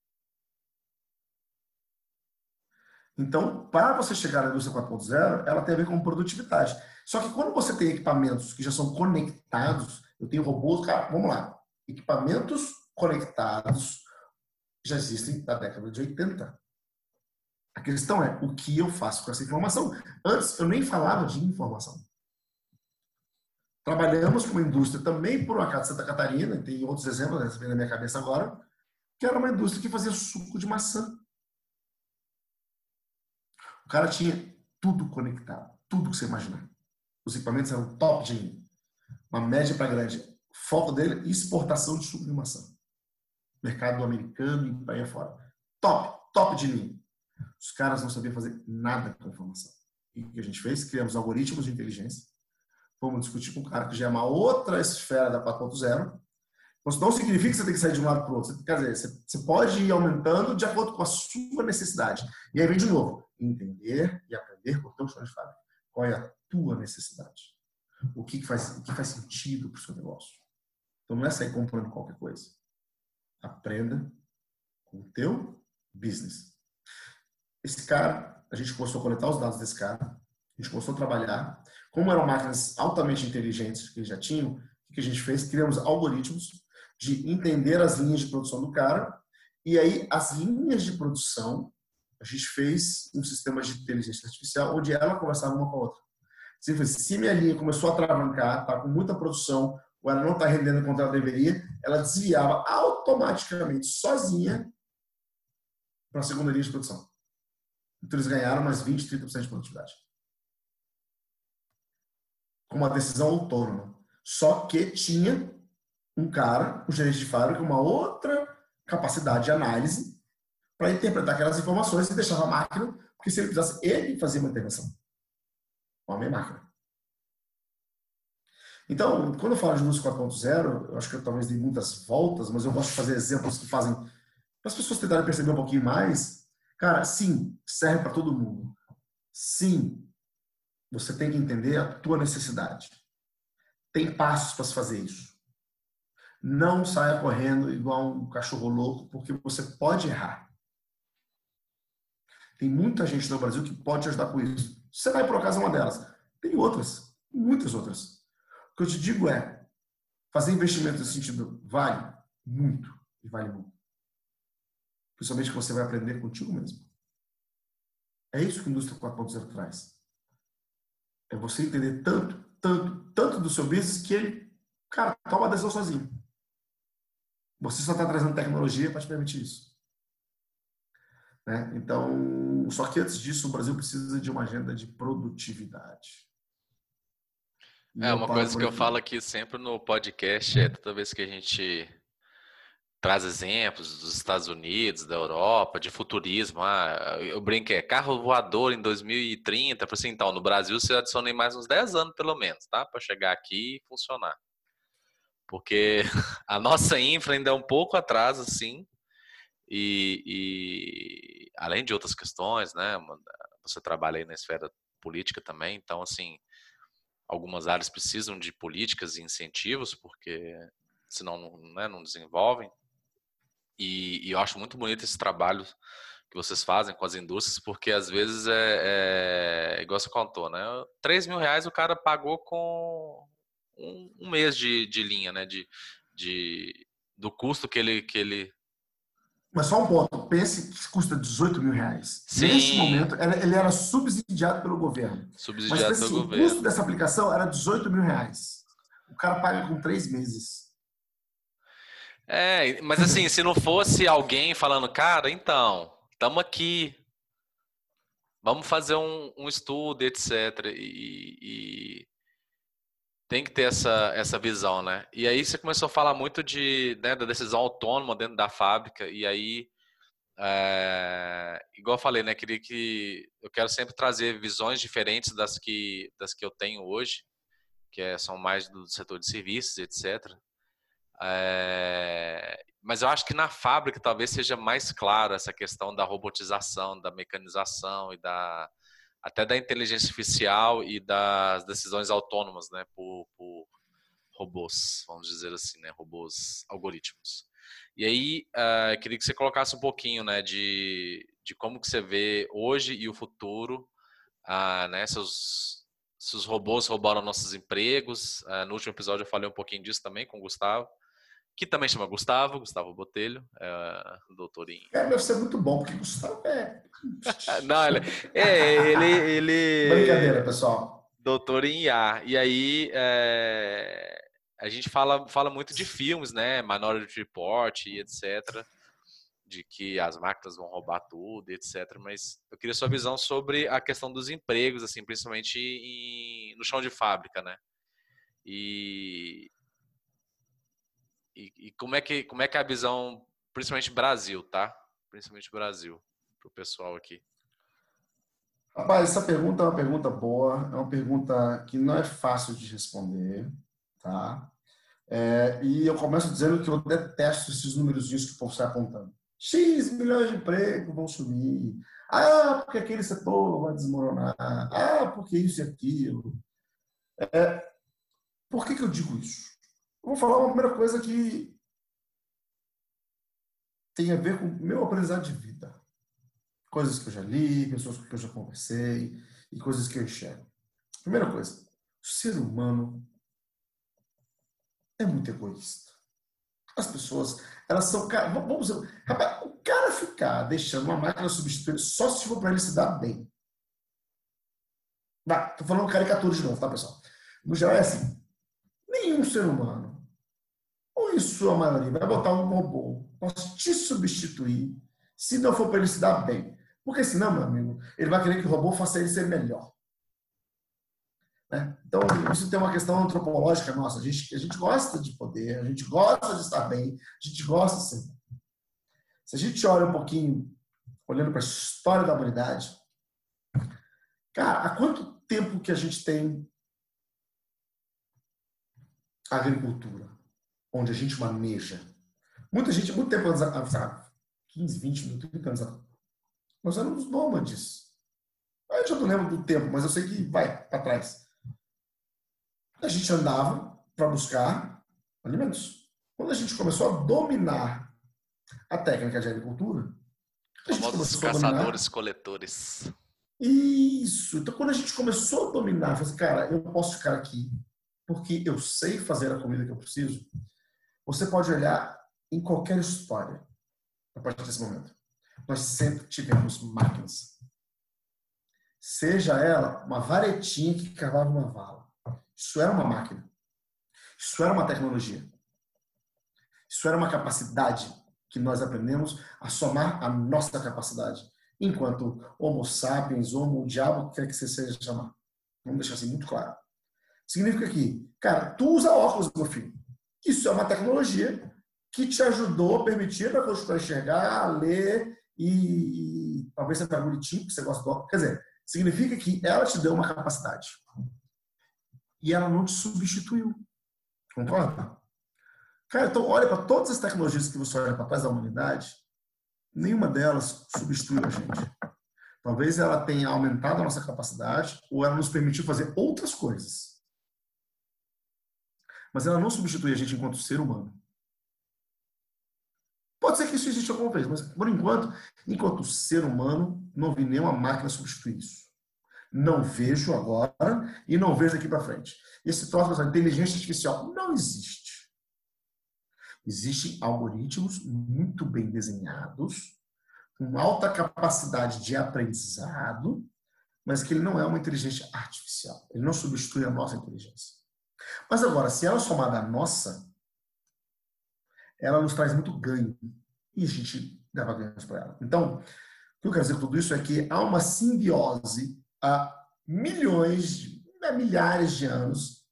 Então, para você chegar na indústria 4.0, ela tem a ver com produtividade. Só que quando você tem equipamentos que já são conectados, eu tenho robôs, cara, vamos lá. Equipamentos conectados já existem da década de 80. A questão é o que eu faço com essa informação. Antes, eu nem falava de informação. Trabalhamos com uma indústria também, por acaso, de Santa Catarina, tem outros exemplos, vem na minha cabeça agora, que era uma indústria que fazia suco de maçã. O cara tinha tudo conectado, tudo que você imaginar. Os equipamentos eram top de linha. Uma média para grande. O foco dele, exportação de suco de maçã. Mercado americano e para aí fora. Top de linha. Os caras não sabiam fazer nada com a informação. E o que a gente fez? Criamos algoritmos de inteligência. Vamos discutir com um cara que já é uma outra esfera da 4.0. Isso não significa que você tem que sair de um lado para o outro. Quer dizer, você pode ir aumentando de acordo com a sua necessidade. E aí vem de novo, entender e aprender com o teu chão de fábrica. Qual é a tua necessidade? O que faz sentido para o seu negócio? Então não é sair comprando qualquer coisa. Aprenda com o teu business. Esse cara, a gente começou a coletar os dados desse cara, a gente começou a trabalhar. Como eram máquinas altamente inteligentes que eles já tinham, o que a gente fez? Criamos algoritmos de entender as linhas de produção do cara, e aí as linhas de produção, a gente fez um sistema de inteligência artificial onde ela conversava uma com a outra. Se minha linha começou a travancar, está com muita produção, ou ela não está rendendo quanto ela deveria, ela desviava automaticamente, sozinha, para a segunda linha de produção. Então eles ganharam mais 20, 30% de produtividade. Com uma decisão autônoma. Só que tinha um cara, um gerente de fábrica, uma outra capacidade de análise para interpretar aquelas informações e deixava a máquina, porque se ele precisasse, ele fazia uma intervenção. Com a minha máquina. Então, quando eu falo de indústria 4.0, eu acho que eu talvez dei muitas voltas, mas eu gosto de fazer exemplos que fazem para as pessoas tentarem perceber um pouquinho mais. Cara, sim, serve para todo mundo. Sim, você tem que entender a tua necessidade. Tem passos para se fazer isso. Não saia correndo igual um cachorro louco, porque você pode errar. Tem muita gente no Brasil que pode te ajudar com isso. Você vai por acaso uma delas. Tem outras, muitas outras. O que eu te digo é, fazer investimento nesse sentido vale muito, e vale muito. Principalmente que você vai aprender contigo mesmo. É isso que a indústria 4.0 traz. É você entender tanto do seu business que ele, cara, toma a decisão sozinho. Você só está trazendo tecnologia para te permitir isso. Né? Então, só que antes disso, o Brasil precisa de uma agenda de produtividade. Uma coisa que eu falo aqui sempre no podcast é toda vez que a gente traz exemplos dos Estados Unidos, da Europa, de futurismo. Eu brinco, carro voador em 2030. Assim, então, no Brasil você adiciona mais uns 10 anos, pelo menos, tá? Para chegar aqui e funcionar. Porque a nossa infra ainda é um pouco atrás, assim, e além de outras questões, né? Você trabalha aí na esfera política também, então, assim, algumas áreas precisam de políticas e incentivos, porque senão não desenvolvem. E eu acho muito bonito esse trabalho que vocês fazem com as indústrias, porque às vezes igual você contou, né? R$3.000 o cara pagou com um mês de linha, né? Do custo que ele... Mas só um ponto, pense que custa R$18.000. Neste Sim, momento, ele era subsidiado pelo governo. Mas subsidiado pense pelo assim, o custo governo. dessa aplicação era R$18.000. O cara paga com 3 meses. Mas assim, se não fosse alguém falando, cara, então, estamos aqui, vamos fazer um estudo, etc. E tem que ter essa visão, né? E aí você começou a falar muito né, da decisão autônoma dentro da fábrica, e aí, igual eu falei, né? Eu quero sempre trazer visões diferentes das que eu tenho hoje, são mais do setor de serviços, etc. Mas eu acho que na fábrica talvez seja mais claro essa questão da robotização, da mecanização e até da inteligência artificial e das decisões autônomas, né, por robôs, vamos dizer assim, né, robôs algoritmos. E aí, queria que você colocasse um pouquinho, né, de como que você vê hoje e o futuro, né, se os robôs roubaram nossos empregos. No último episódio eu falei um pouquinho disso também com o Gustavo, que também chama Gustavo Botelho, doutorinho. Deve ser muito bom, porque Gustavo Não, ele Brincadeira, pessoal. doutor em IA. E aí a gente fala muito de filmes, né? Minority Report e etc. De que as máquinas vão roubar tudo, etc. Mas eu queria sua visão sobre a questão dos empregos, assim, principalmente no chão de fábrica, né? E como é que é a visão, principalmente Brasil, tá? Principalmente Brasil, pro pessoal aqui. Rapaz, essa pergunta é uma pergunta boa, é uma pergunta que não é fácil de responder, tá? E eu começo dizendo que eu detesto esses númerozinhos que o povo está apontando. X milhões de empregos vão sumir. Ah, porque aquele setor vai desmoronar. Ah, porque isso e aquilo. Por que eu digo isso? Eu vou falar uma primeira coisa que tem a ver com o meu aprendizado de vida. Coisas que eu já li, pessoas com quem eu já conversei e coisas que eu enxergo. Primeira coisa, o ser humano é muito egoísta. As pessoas, elas são... Vamos dizer, rapaz, o cara ficar deixando uma máquina substituir só se for para ele se dar bem. Tô falando caricatura de novo, tá, pessoal? No geral é assim, nenhum ser humano, ou em sua maioria, vai botar um robô para te substituir se não for para ele se dar bem. Porque senão, meu amigo, ele vai querer que o robô faça ele ser melhor. Né? Então, isso tem uma questão antropológica nossa. A gente gosta de poder, a gente gosta de estar bem, a gente gosta de ser bem. Se a gente olha um pouquinho, olhando para a história da humanidade, cara, há quanto tempo que a gente tem agricultura, onde a gente maneja? Muita gente, muito tempo atrás, sabe, 15, 20, 30 anos atrás, nós éramos nômades. Eu já não lembro do tempo, mas eu sei que vai para trás. A gente andava para buscar alimentos. Quando a gente começou a dominar a técnica de agricultura, a gente Famosos começou a dominar... caçadores-coletores. Isso. Então, quando a gente começou a dominar, eu falei assim, cara, eu posso ficar aqui porque eu sei fazer a comida que eu preciso. Você pode olhar em qualquer história a partir desse momento. Nós sempre tivemos máquinas. Seja ela uma varetinha que cavava uma vala. Isso era uma máquina. Isso era uma tecnologia. Isso era uma capacidade que nós aprendemos a somar a nossa capacidade. Enquanto Homo sapiens, Homo diabo, quer que você seja chamar. Vamos deixar assim muito claro. Significa que, cara, tu usa óculos, meu filho. Isso é uma tecnologia que te ajudou a permitir para enxergar, ler e talvez você tá bonitinho, que você gosta do óculos. Quer dizer, significa que ela te deu uma capacidade. E ela não te substituiu. Concorda? Cara, então olha para todas as tecnologias que você olha para trás da humanidade, nenhuma delas substituiu a gente. Talvez ela tenha aumentado a nossa capacidade ou ela nos permitiu fazer outras coisas. mas ela não substitui a gente enquanto ser humano. Pode ser que isso exista alguma vez, mas por enquanto ser humano, não vi nenhuma máquina substituir isso. Não vejo agora e não vejo daqui para frente. Esse troço da inteligência artificial não existe. Existem algoritmos muito bem desenhados, com alta capacidade de aprendizado, mas que ele não é uma inteligência artificial. Ele não substitui a nossa inteligência. Mas agora, se ela somar da nossa, ela nos traz muito ganho. E a gente leva ganhos para ela. Então, o que eu quero dizer com tudo isso é que há uma simbiose há milhares de anos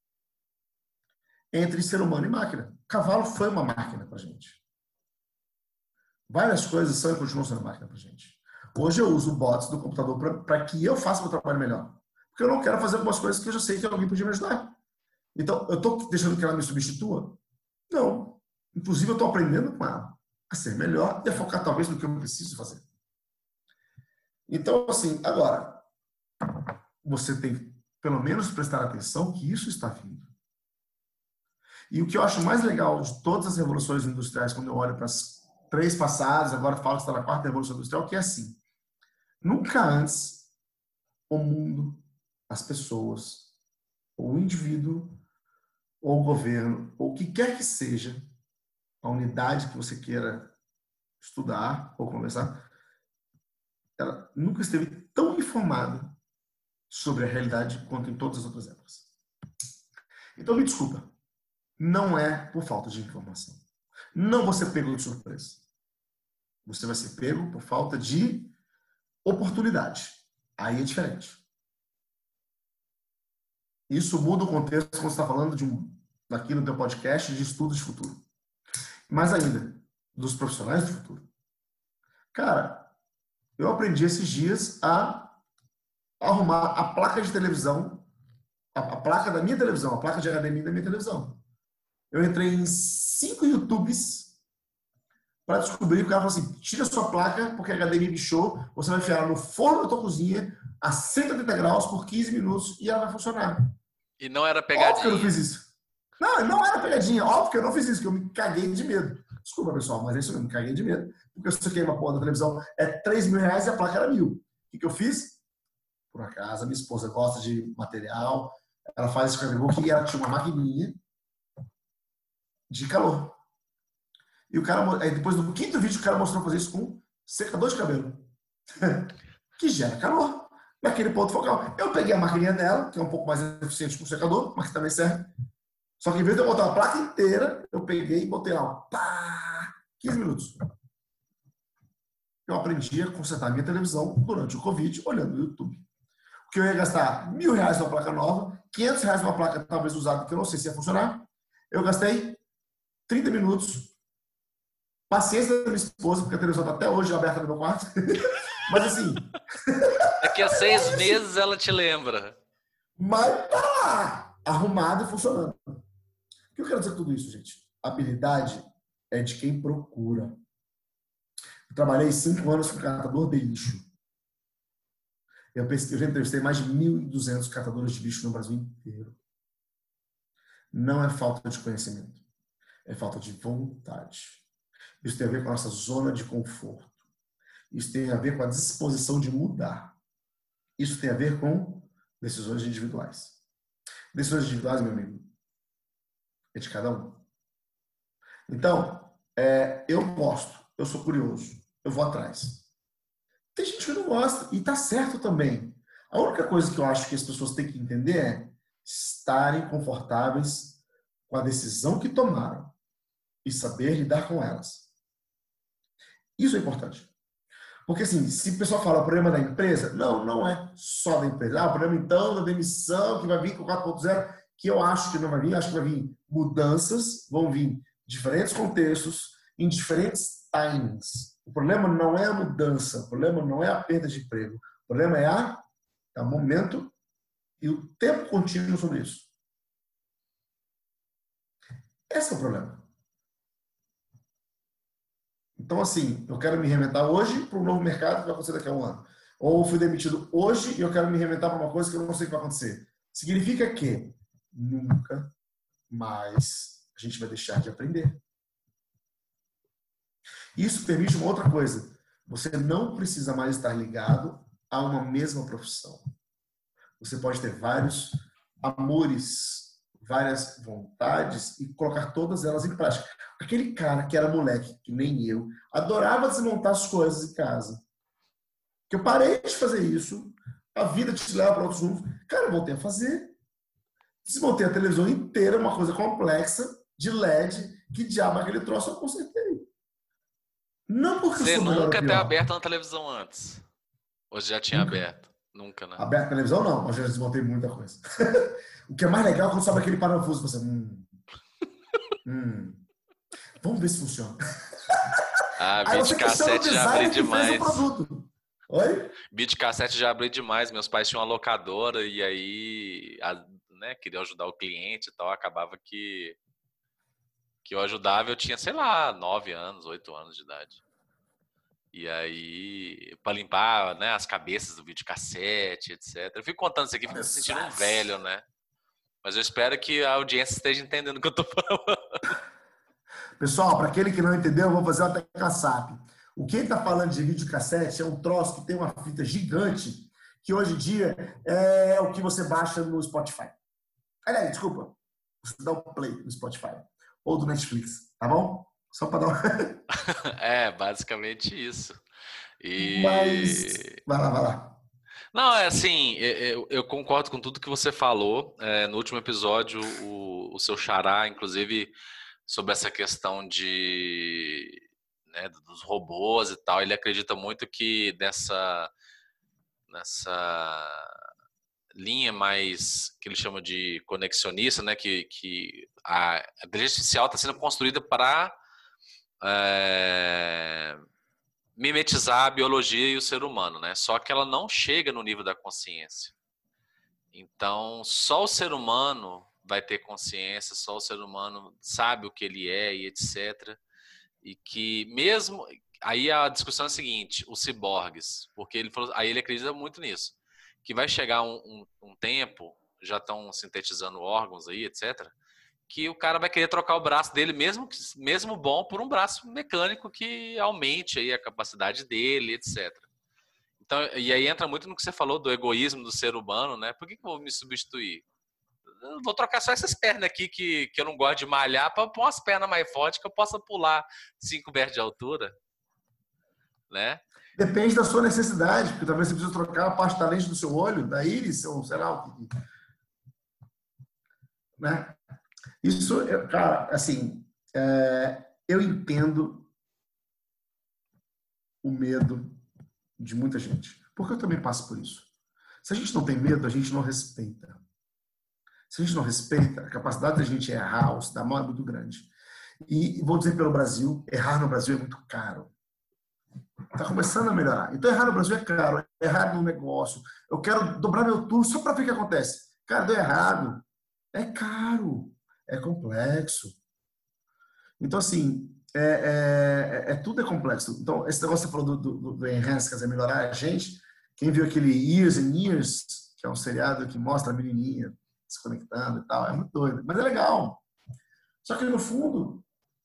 entre ser humano e máquina. O cavalo foi uma máquina para a gente. Várias coisas são e continuam sendo máquina para a gente. Hoje eu uso bots do computador para que eu faça o meu trabalho melhor. Porque eu não quero fazer algumas coisas que eu já sei que alguém podia me ajudar. Então, eu estou deixando que ela me substitua? Não. Inclusive, eu estou aprendendo com ela a ser melhor e a focar talvez no que eu preciso fazer. Então, assim, agora, você tem que, pelo menos, prestar atenção que isso está vindo. E o que eu acho mais legal de todas as revoluções industriais, quando eu olho para as 3 passadas, agora falo que está na 4ª revolução industrial, que é assim. Nunca antes o mundo, as pessoas, ou o indivíduo, ou o governo, ou o que quer que seja, a unidade que você queira estudar ou conversar, ela nunca esteve tão informada sobre a realidade quanto em todas as outras épocas. Então, me desculpa, não é por falta de informação. Não vou ser pego de surpresa. Você vai ser pego por falta de oportunidade. Aí é diferente. Isso muda o contexto quando você está falando aqui no teu podcast de estudos de futuro. Mais ainda, dos profissionais do futuro. Cara, eu aprendi esses dias a arrumar a placa de televisão, a placa da minha televisão, a placa de HDMI da minha televisão. Eu entrei em 5 YouTubes para descobrir que o cara falou assim, tira a sua placa, porque a HDMI bichou, você vai enfiar no forno da tua cozinha a 180 graus por 15 minutos e ela vai funcionar. E não era pegadinha. Óbvio que eu não fiz isso. Não era pegadinha. Óbvio que eu não fiz isso, que eu me caguei de medo. Desculpa, pessoal, mas é isso mesmo, me caguei de medo. Porque se eu queimar a porra da televisão é R$3.000 e a placa era 1.000. O que eu fiz? Por acaso, a minha esposa gosta de material, ela faz scrapbook e ela tinha uma maquininha de calor. E o cara, aí depois do 5º vídeo, o cara mostrou fazer isso com secador de cabelo. Que gera calor. Naquele ponto focal. Eu peguei a maquininha dela, que é um pouco mais eficiente que o secador, mas que também serve. Só que em vez de eu botar a placa inteira, eu peguei e botei lá, pá, 15 minutos. Eu aprendi a consertar a minha televisão durante o Covid, olhando no YouTube. Porque eu ia gastar R$1.000 numa placa nova, R$500 numa placa talvez usada, que eu não sei se ia funcionar. Eu gastei 30 minutos. Paciência da minha esposa, porque a televisão está até hoje aberta no meu quarto. Mas assim... Daqui a 6 meses ela te lembra. Mas tá lá, arrumado e funcionando. O que eu quero dizer com tudo isso, gente? Habilidade é de quem procura. Eu trabalhei 5 anos com catador de lixo. Eu já entrevistei mais de 1.200 catadores de lixo no Brasil inteiro. Não é falta de conhecimento. É falta de vontade. Isso tem a ver com a nossa zona de conforto. Isso tem a ver com a disposição de mudar. Isso tem a ver com decisões individuais. Decisões individuais, meu amigo, é de cada um. Então, eu gosto, eu sou curioso, eu vou atrás. Tem gente que não gosta, e tá certo também. A única coisa que eu acho que as pessoas têm que entender é estarem confortáveis com a decisão que tomaram e saber lidar com elas. Isso é importante. Porque assim, se o pessoal fala o problema da empresa, não é só da empresa. O problema então da demissão que vai vir com o 4.0, que eu acho que não vai vir, acho que vai vir mudanças, vão vir diferentes contextos, em diferentes timings. O problema não é a mudança, o problema não é a perda de emprego, o problema é o momento e o tempo contínuo sobre isso. Esse é o problema. Então, assim, eu quero me reinventar hoje para um novo mercado que vai acontecer daqui a um ano. Ou fui demitido hoje e eu quero me reinventar para uma coisa que eu não sei o que vai acontecer. Significa que nunca mas a gente vai deixar de aprender. Isso permite uma outra coisa. Você não precisa mais estar ligado a uma mesma profissão. Você pode ter vários amores, várias vontades e colocar todas elas em prática. Aquele cara que era moleque, que nem eu, adorava desmontar as coisas em casa. Que eu parei de fazer isso, a vida te leva para outros rumos. Cara, eu voltei a fazer. Desmontei a televisão inteira, uma coisa complexa, de LED, que diabo aquele troço eu consertei. Não porque Você eu sou melhor ou nunca ter pior. aberto na televisão antes? Ou já tinha Nunca. aberto? Nunca, né? Aberto a televisão, não, mas já desmontei muita coisa. O que é mais legal é quando sobe aquele parafuso, você, vamos ver se funciona. Ah, Aí você questiona o videocassete já abri designer que fez o demais. produto. Oi? Videocassete já abri demais. Meus pais tinham uma locadora e aí, né, queriam ajudar o cliente e tal. Acabava que eu ajudava, eu tinha, sei lá, 9 anos, 8 anos de idade. E aí, pra limpar, né, as cabeças do videocassete, etc. Eu fico contando isso aqui, fico me sentindo um velho, né? Mas eu espero que a audiência esteja entendendo o que eu tô falando. Pessoal, para aquele que não entendeu, eu vou fazer uma tecla-SAP. O que ele está falando de videocassete é um troço que tem uma fita gigante, que hoje em dia é o que você baixa no Spotify. Aliás, desculpa, você dá um play no Spotify ou do Netflix, tá bom? Só para dar uma... É, basicamente isso. Mas, vai lá, vai lá. Não, é assim, eu concordo com tudo que você falou. No último episódio, o seu xará, inclusive, sobre essa questão né, dos robôs e tal, ele acredita muito que nessa linha mais que ele chama de conexionista, né, que a inteligência artificial está sendo construída para mimetizar a biologia e o ser humano, né? Só que ela não chega no nível da consciência. Então, só o ser humano vai ter consciência, só o ser humano sabe o que ele é e etc. E que mesmo... Aí a discussão é a seguinte, os ciborgues, porque ele falou, aí ele acredita muito nisso, que vai chegar um tempo, já estão sintetizando órgãos aí, etc., que o cara vai querer trocar o braço dele, mesmo bom, por um braço mecânico que aumente aí a capacidade dele, etc. Então, e aí entra muito no que você falou do egoísmo do ser humano, né? Por que eu vou me substituir? Eu vou trocar só essas pernas aqui que eu não gosto de malhar para pôr umas pernas mais fortes que eu possa pular 5 metros de altura, né? Depende da sua necessidade, porque talvez você precise trocar a parte da lente do seu olho, da íris, ou sei lá o que. Né? Isso, cara, assim, eu entendo o medo de muita gente, porque eu também passo por isso. Se a gente não tem medo, a gente não respeita. Se a gente não respeita, a capacidade da gente errar ou se dar mal é muito grande. E vou dizer pelo Brasil, errar no Brasil é muito caro. Está começando a melhorar. Então, errar no Brasil é caro. Errar no negócio. Eu quero dobrar meu turno só para ver o que acontece. Cara, deu errado. É caro. É complexo. Então, assim, tudo é complexo. Então, esse negócio que você falou do Enhance, quer dizer, melhorar a gente. Quem viu aquele Years and Years, que é um seriado que mostra a menininha se conectando e tal, é muito doido. Mas é legal. Só que, no fundo,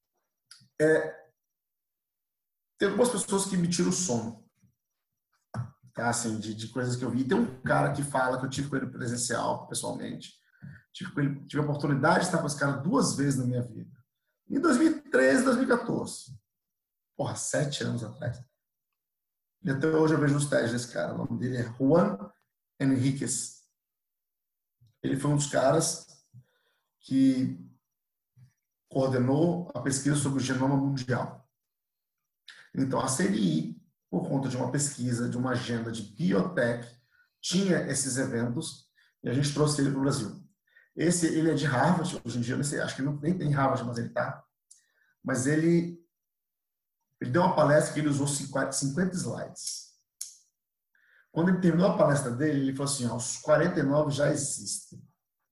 tem algumas pessoas que me tiram o sono. Tá? Assim, de coisas que eu vi. Tem um cara que fala, que eu tive com ele presencial, pessoalmente. Tive a oportunidade de estar com esse cara 2 vezes na minha vida. Em 2013, 2014. Porra, 7 anos atrás. E até hoje eu vejo os testes desse cara. O nome dele é Juan Henriquez. Ele foi um dos caras que coordenou a pesquisa sobre o genoma mundial. Então, a CNI, por conta de uma pesquisa, de uma agenda de biotech, tinha esses eventos e a gente trouxe ele para o Brasil. Ele é de Harvard, hoje em dia, não sei, acho que nem tem Harvard, mas ele está. Mas ele deu uma palestra que ele usou 50 slides. Quando ele terminou a palestra dele, ele falou assim, os 49 já existem.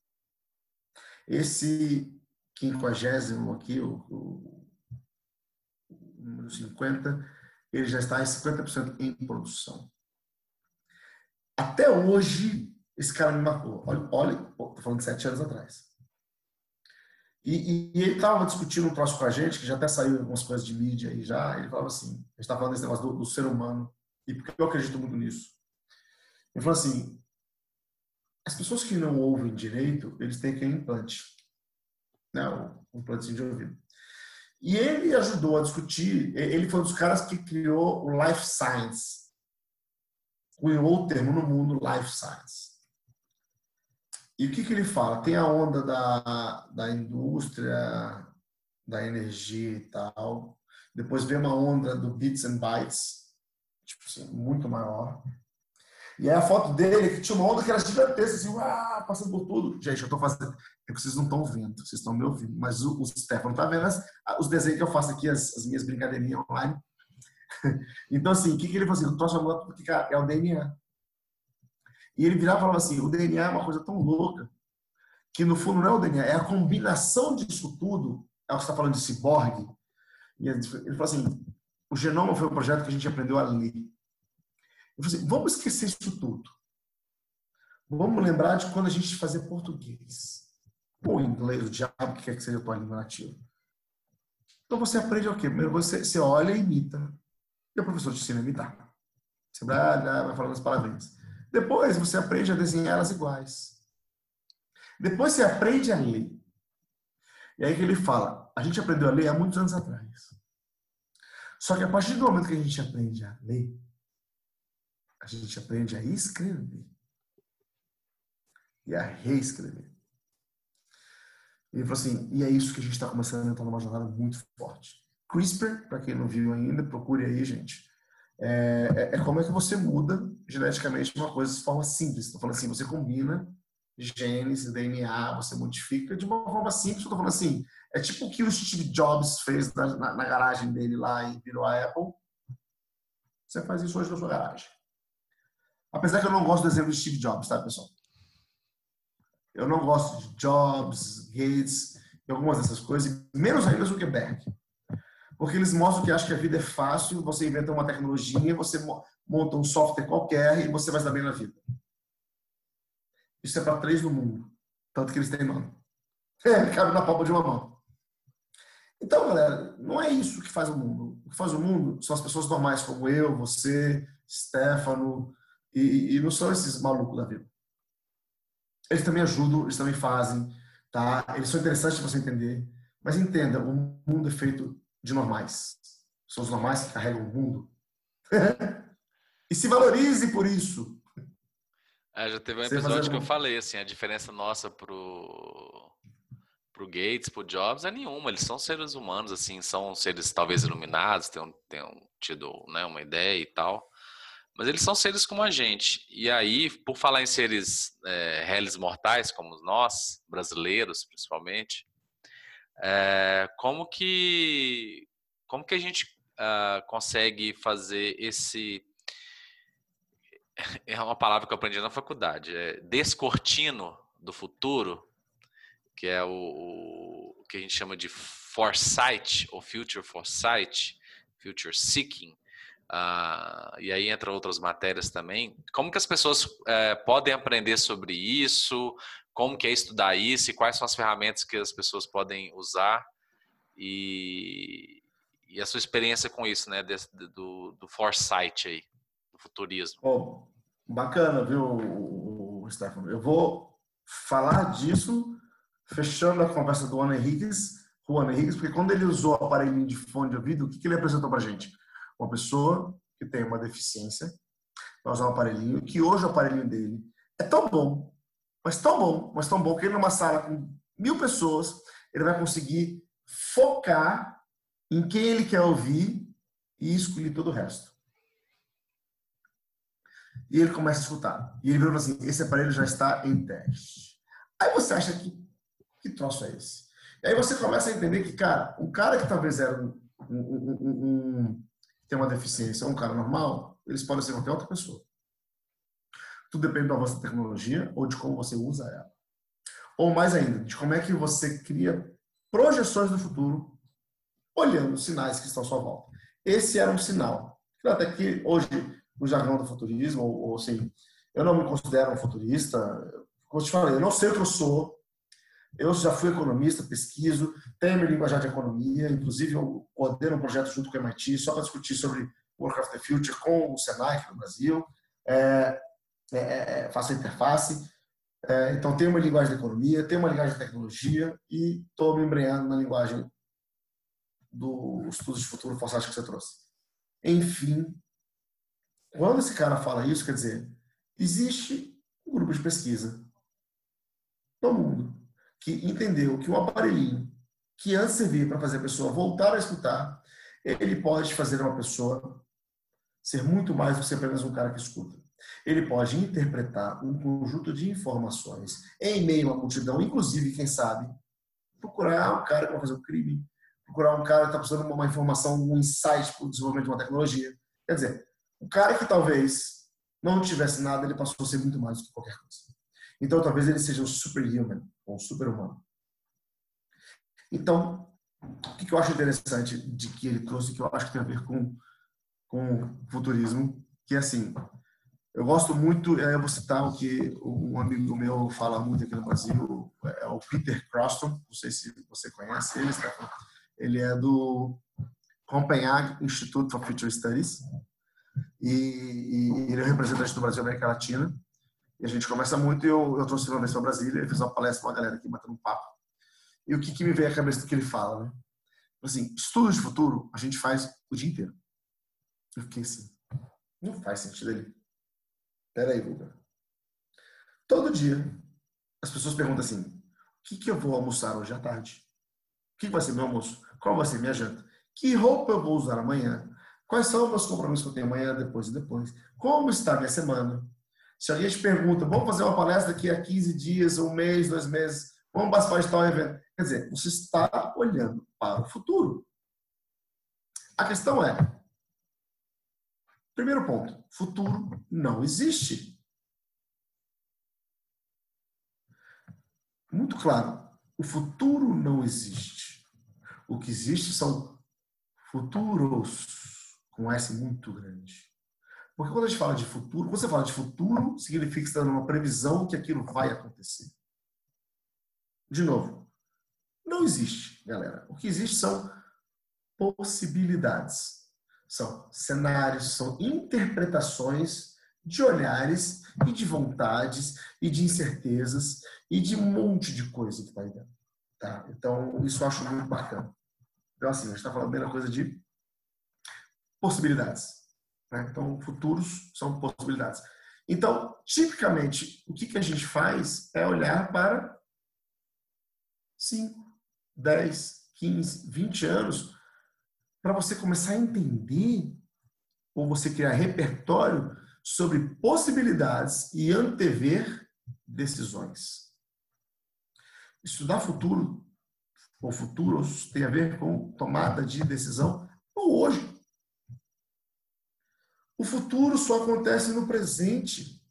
Esse 50º aqui, o número 50, ele já está em 50% em produção. Até hoje, esse cara me marcou. Olha, estou falando de 7 anos atrás. E ele estava discutindo um troço com a gente, que já até saiu algumas coisas de mídia aí já. Ele falava assim: a gente está falando desse negócio do ser humano, e porque eu acredito muito nisso. Ele falou assim: as pessoas que não ouvem direito, eles têm que ter implante, né? Um implantezinho de ouvido. E ele ajudou a discutir, ele foi um dos caras que criou o Life Science, cunhou o termo no mundo Life Science. E o que ele fala? Tem a onda da indústria, da energia e tal. Depois vem uma onda do Bits and Bytes, tipo assim, muito maior. E aí a foto dele, que tinha uma onda que era gigantesca, assim, passando por tudo. Gente, eu tô fazendo... É que vocês não estão vendo, vocês estão me ouvindo. Mas o Stefano tá vendo os desenhos que eu faço aqui, as minhas brincadeirinhas online. Então, assim, o que ele falou assim? O troço vai mudar porque, cara, é o DNA. E ele virava e falava assim, o DNA é uma coisa tão louca que, no fundo, não é o DNA, é a combinação disso tudo. É o que você está falando de ciborgue. E ele falou assim, o genoma foi um projeto que a gente aprendeu a ler. Ele falou assim, vamos esquecer isso tudo. Vamos lembrar de quando a gente fazia português. Ou inglês, o diabo que quer que seja a tua língua nativa. Então você aprende o quê? Primeiro você olha e imita. E o professor te ensina a imitar. Você vai falando as palavrinhas. Depois você aprende a desenhar elas iguais. Depois você aprende a ler. E aí que ele fala, a gente aprendeu a ler há muitos anos atrás. Só que a partir do momento que a gente aprende a ler, a gente aprende a escrever. E a reescrever. Ele falou assim, e é isso que a gente está começando a entrar numa jornada muito forte. CRISPR, para quem não viu ainda, procure aí, gente. É como é que você muda geneticamente uma coisa de forma simples. Estou falando assim, você combina genes, DNA, você modifica de uma forma simples. Estou falando assim, é tipo o que o Steve Jobs fez na garagem dele lá e virou a Apple. Você faz isso hoje na sua garagem. Apesar que eu não gosto do exemplo de Steve Jobs, tá, pessoal? Eu não gosto de Jobs, Gates e algumas dessas coisas, menos ainda Zuckerberg. Porque eles mostram que acham que a vida é fácil, você inventa uma tecnologia, você monta um software qualquer e você vai estar bem na vida. Isso é para 3 no mundo. Tanto que eles têm nome. Cabe na palma de uma mão. Então, galera, não é isso que faz o mundo. O que faz o mundo são as pessoas normais como eu, você, Stefano, e não são esses malucos da vida. Eles também ajudam, eles também fazem, tá? Eles são interessantes de você entender. Mas entenda, o mundo é feito de normais. São os normais que carregam o mundo. E se valorize por isso. Já teve um episódio que eu falei, assim, a diferença nossa pro Gates, pro Jobs é nenhuma. Eles são seres humanos, assim, são seres talvez iluminados, tenham tido, né, uma ideia e tal. Mas eles são seres como a gente. E aí, por falar em seres réis mortais, como nós, brasileiros principalmente, como que a gente consegue fazer esse... É uma palavra que eu aprendi na faculdade. Descortino do futuro, que é o que a gente chama de foresight, ou future foresight, future seeking. E aí entra outras matérias também. Como que as pessoas podem aprender sobre isso? Como que é estudar isso? E quais são as ferramentas que as pessoas podem usar? E a sua experiência com isso, né? Do foresight aí, do futurismo. Oh, bacana, viu, Stefano? Eu vou falar disso fechando a conversa do Juan Henriquez, porque quando ele usou o aparelhinho de fone de ouvido, o que ele apresentou pra gente? Uma pessoa que tem uma deficiência vai usar um aparelhinho, que hoje o aparelhinho dele é tão bom, mas tão bom, que ele numa sala com 1000 pessoas, ele vai conseguir focar em quem ele quer ouvir e escolher todo o resto. E ele começa a escutar. E ele virou assim, esse aparelho já está em teste. Aí você acha que troço é esse? E aí você começa a entender que, cara, um cara que talvez era tem uma deficiência, um cara normal, eles podem ser qualquer outra pessoa. Tudo depende do avanço da tecnologia ou de como você usa ela. Ou mais ainda, de como é que você cria projeções do futuro olhando os sinais que estão à sua volta. Esse era um sinal. Até que hoje, no jargão do futurismo, ou assim, eu não me considero um futurista, como eu te falei, eu não sei o que eu sou, Eu já fui economista, pesquiso, tenho meu linguajar de economia, inclusive eu coordeno um projeto junto com o MIT só para discutir sobre Work of the Future com o Senai no Brasil. Faço a interface. Então, tenho uma linguagem de economia, tenho uma linguagem de tecnologia e estou me embrenhando na linguagem do estudo de futuro forçado que você trouxe. Enfim, quando esse cara fala isso, quer dizer, existe um grupo de pesquisa no mundo que entendeu que um aparelhinho que antes servia para fazer a pessoa voltar a escutar, ele pode fazer uma pessoa ser muito mais do que apenas um cara que escuta. Ele pode interpretar um conjunto de informações em meio à multidão, inclusive, quem sabe, procurar um cara que vai fazer um crime, procurar um cara que está precisando de uma informação, um insight para o desenvolvimento de uma tecnologia. Quer dizer, o cara que talvez não tivesse nada, ele passou a ser muito mais do que qualquer coisa. Então, talvez ele seja um superhuman, ou um super-humano. Então, o que eu acho interessante de que ele trouxe, que eu acho que tem a ver com futurismo, que é assim, eu gosto muito, eu vou citar o que um amigo meu fala muito aqui no Brasil, é o Peter Croston, não sei se você conhece ele, Stefano. Ele é do Copenhagen Institute for Future Studies e ele é representante do Brasil e América Latina. E a gente conversa muito, e eu trouxe uma vez para Brasília, ele fez uma palestra com uma galera aqui, batendo um papo. E o que me veio à cabeça do que ele fala, né? Assim, estudo de futuro, a gente faz o dia inteiro. Eu fiquei assim, não faz sentido ele. Peraí, Guga. Todo dia, as pessoas perguntam assim, o que eu vou almoçar hoje à tarde? O que vai ser meu almoço? Qual vai ser minha janta? Que roupa eu vou usar amanhã? Quais são os meus compromissos que eu tenho amanhã, depois e depois? Como está a minha semana? Se alguém te pergunta, vamos fazer uma palestra daqui a 15 dias, um mês, 2 meses, vamos participar de tal evento. Quer dizer, você está olhando para o futuro. A questão é, primeiro ponto, futuro não existe. Muito claro, o futuro não existe. O que existe são futuros, com S muito grande. Porque quando a gente fala de futuro, quando você fala de futuro, significa que você está dando uma previsão que aquilo vai acontecer. De novo, não existe, galera. O que existe são possibilidades. São cenários, são interpretações de olhares e de vontades e de incertezas e de um monte de coisa que está aí dentro. Tá? Então, isso eu acho muito bacana. Então, assim, a gente está falando bem da coisa de possibilidades. Né? Então, futuros são possibilidades. Então, tipicamente, o que a gente faz é olhar para 5, 10, 15, 20 anos para você começar a entender ou você criar repertório sobre possibilidades e antever decisões. Estudar futuro ou futuros tem a ver com tomada de decisão ou hoje. O futuro só acontece no presente.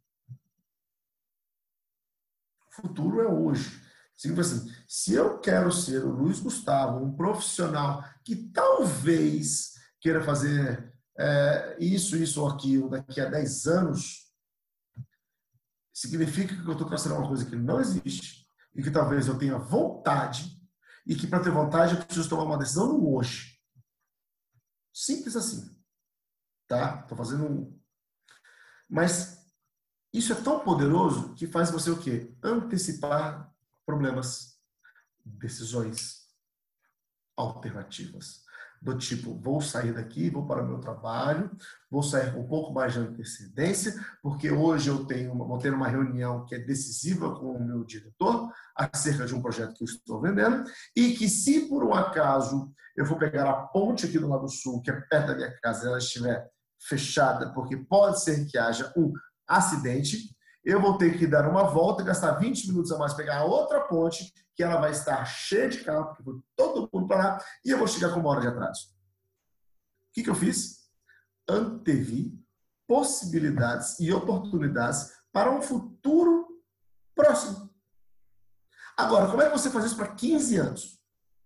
O futuro é hoje. Assim, se eu quero ser o Luiz Gustavo, um profissional que talvez queira fazer isso ou aquilo daqui a 10 anos, significa que eu estou traçando uma coisa que não existe e que talvez eu tenha vontade e que para ter vontade eu preciso tomar uma decisão no hoje. Simples assim. Tá? Estou fazendo um... Mas isso é tão poderoso que faz você o quê? Antecipar problemas, decisões alternativas. Do tipo, vou sair daqui, vou para o meu trabalho, vou sair com um pouco mais de antecedência, porque hoje eu vou ter uma reunião que é decisiva com o meu diretor acerca de um projeto que eu estou vendendo e que se por um acaso eu vou pegar a ponte aqui do lado sul, que é perto da minha casa, ela estiver fechada, porque pode ser que haja um acidente, eu vou ter que dar uma volta e gastar 20 minutos a mais para pegar a outra ponte, que ela vai estar cheia de carro, porque foi todo mundo para lá, e eu vou chegar com 1 hora de atraso. O que eu fiz? Antevi possibilidades e oportunidades para um futuro próximo. Agora, como é que você faz isso para 15 anos?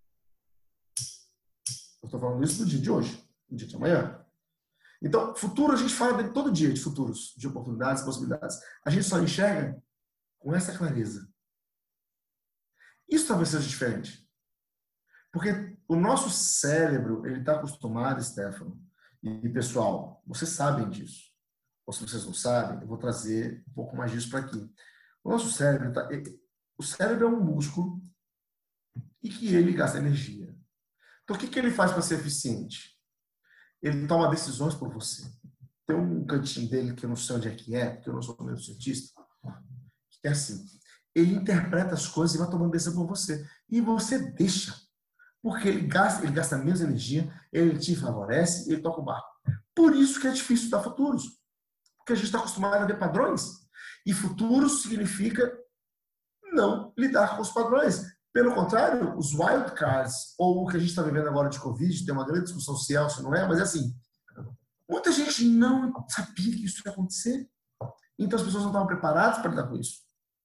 Eu estou falando isso no dia de hoje, no dia de amanhã. Então, futuro, a gente fala todo dia de futuros, de oportunidades, possibilidades. A gente só enxerga com essa clareza. Isso talvez seja diferente. Porque o nosso cérebro, ele está acostumado, Stefano, e pessoal, vocês sabem disso. Ou se vocês não sabem, eu vou trazer um pouco mais disso para aqui. O nosso cérebro, o cérebro é um músculo e que ele gasta energia. Então, o que ele faz para ser eficiente? Ele toma decisões por você. Tem um cantinho dele que eu não sei onde é que é, porque eu não sou neurocientista, que é assim, ele interpreta as coisas e vai tomando decisão por você. E você deixa. Porque ele gasta menos energia, ele te favorece, ele toca o barco. Por isso que é difícil dar futuros. Porque a gente está acostumado a ver padrões. E futuros significa não lidar com os padrões. Pelo contrário, os wildcards, ou o que a gente está vivendo agora de Covid, tem uma grande discussão social, se não é, mas é assim, muita gente não sabia que isso ia acontecer. Então as pessoas não estavam preparadas para lidar com isso.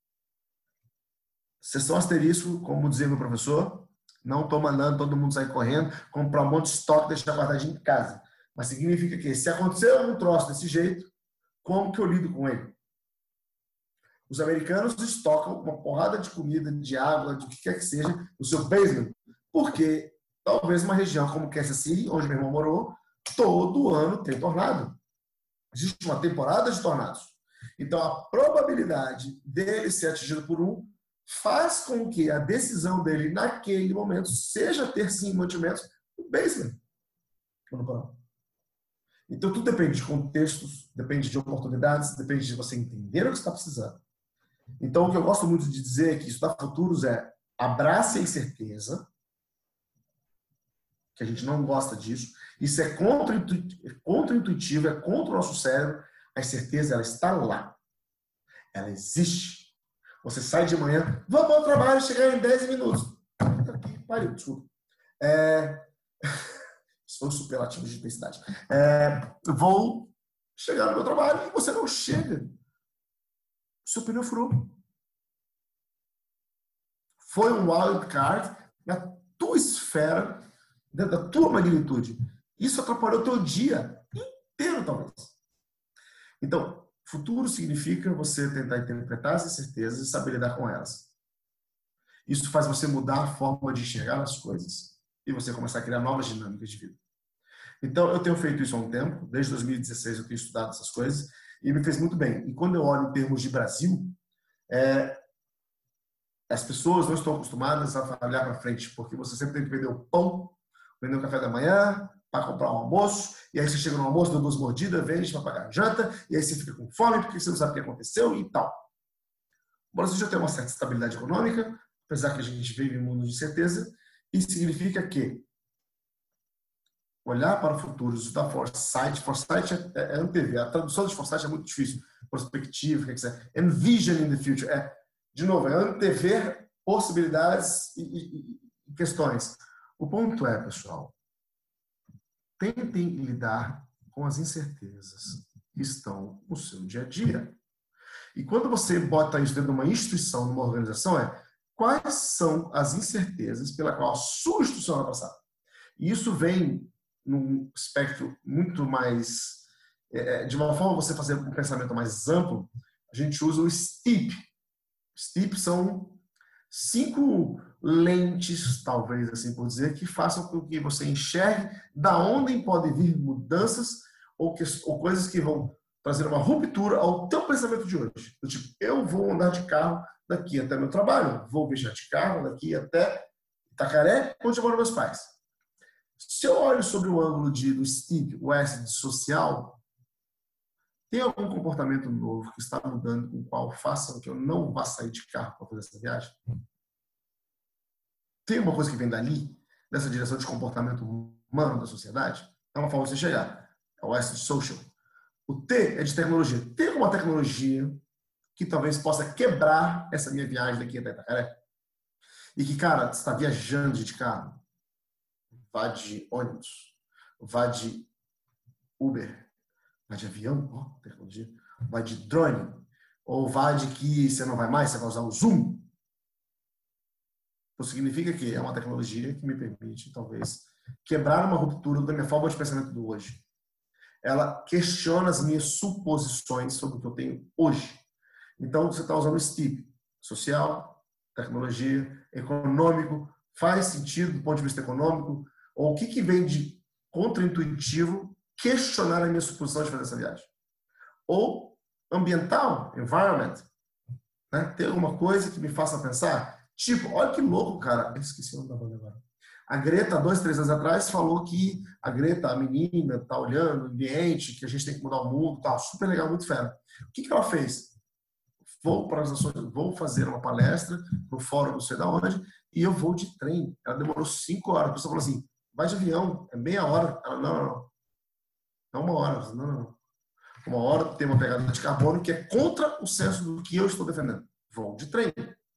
Sessão asterisco, como dizia meu professor, não estou mandando todo mundo sair correndo, comprar um monte de estoque e deixar guardadinho em casa. Mas significa que se acontecer um troço desse jeito, como que eu lido com ele? Os americanos estocam uma porrada de comida, de água, de o que quer que seja, no seu basement. Porque talvez uma região como Kansas City, onde meu irmão morou, todo ano tem tornado. Existe uma temporada de tornados. Então, a probabilidade dele ser atingido por um faz com que a decisão dele naquele momento seja ter, sim, mantimentos no basement. Então, tudo depende de contextos, depende de oportunidades, depende de você entender o que você está precisando. Então, o que eu gosto muito de dizer é que estudar futuros é abrace a incerteza, que a gente não gosta disso. Isso é contra-intuitivo, é contra o nosso cérebro. A incerteza, ela está lá. Ela existe. Você sai de manhã, vamos ao trabalho, chegar em 10 minutos. Aqui, pariu, desculpa. Isso foi um superlativo de intensidade. Vou chegar no meu trabalho e você não chega. O seu pneu furou. Foi um wildcard na tua esfera, dentro da tua magnitude. Isso atrapalhou o teu dia inteiro, talvez. Então, futuro significa você tentar interpretar as incertezas e saber lidar com elas. Isso faz você mudar a forma de enxergar as coisas e você começar a criar novas dinâmicas de vida. Então, eu tenho feito isso há um tempo. Desde 2016 eu tenho estudado essas coisas e me fez muito bem. E quando eu olho em termos de Brasil, as pessoas não estão acostumadas a olhar para frente, porque você sempre tem que vender o pão, vender o café da manhã, para comprar um almoço, e aí você chega no almoço, dá 2 mordidas, vende para pagar a janta, e aí você fica com fome porque você não sabe o que aconteceu e tal. O Brasil já tem uma certa estabilidade econômica, apesar que a gente vive em um mundo de incerteza, isso significa que olhar para o futuro, estudar foresight é antever, a tradução de foresight é muito difícil, perspectiva, quer dizer, envision in the future, de novo, é antever possibilidades e questões. O ponto é, pessoal, tentem lidar com as incertezas que estão no seu dia a dia. E quando você bota isso dentro de uma instituição, numa organização, quais são as incertezas pela qual a sua instituição vai passar? E isso vem num espectro muito mais, de uma forma você fazer um pensamento mais amplo, a gente usa o STEEP. STEEP são 5 lentes, talvez assim por dizer, que façam com que você enxergue da onde podem vir mudanças ou coisas que vão trazer uma ruptura ao teu pensamento de hoje. Do tipo, eu vou andar de carro daqui até meu trabalho, vou viajar de carro daqui até Itacaré, onde moram meus pais. Se eu olho sobre o ângulo do STEEP, o S de social, tem algum comportamento novo que está mudando com o qual faça com que eu não vá sair de carro para fazer essa viagem? Tem uma coisa que vem dali, dessa direção de comportamento humano da sociedade? É uma forma de você chegar. É o S de social. O T é de tecnologia. Tem alguma tecnologia que talvez possa quebrar essa minha viagem daqui até Itacaré? E que, cara, você está viajando de carro, vá de ônibus, vá de Uber, vá de avião, tecnologia, vá de drone, ou vá de que você não vai mais, você vai usar o Zoom. Então significa que é uma tecnologia que me permite, talvez, quebrar uma ruptura da minha forma de pensamento do hoje. Ela questiona as minhas suposições sobre o que eu tenho hoje. Então você está usando o STEEP, social, tecnologia, econômico, faz sentido do ponto de vista econômico, ou o que vem de contraintuitivo questionar a minha suposição de fazer essa viagem. Ou ambiental, environment, né? Tem alguma coisa que me faça pensar? Tipo, olha que louco, cara. Eu esqueci o nome da banda agora. A Greta, 2, 3 anos atrás, falou que a Greta, a menina, tá olhando o ambiente, que a gente tem que mudar o mundo, tal, super legal, muito fera. O que ela fez? Vou fazer uma palestra no fórum não sei da onde e eu vou de trem. Ela demorou 5 horas. A pessoa falou assim, vai de avião, é meia hora. Ela, não. É 1 hora. Não. 1 hora tem uma pegada de carbono que é contra o senso do que eu estou defendendo. Vou de trem.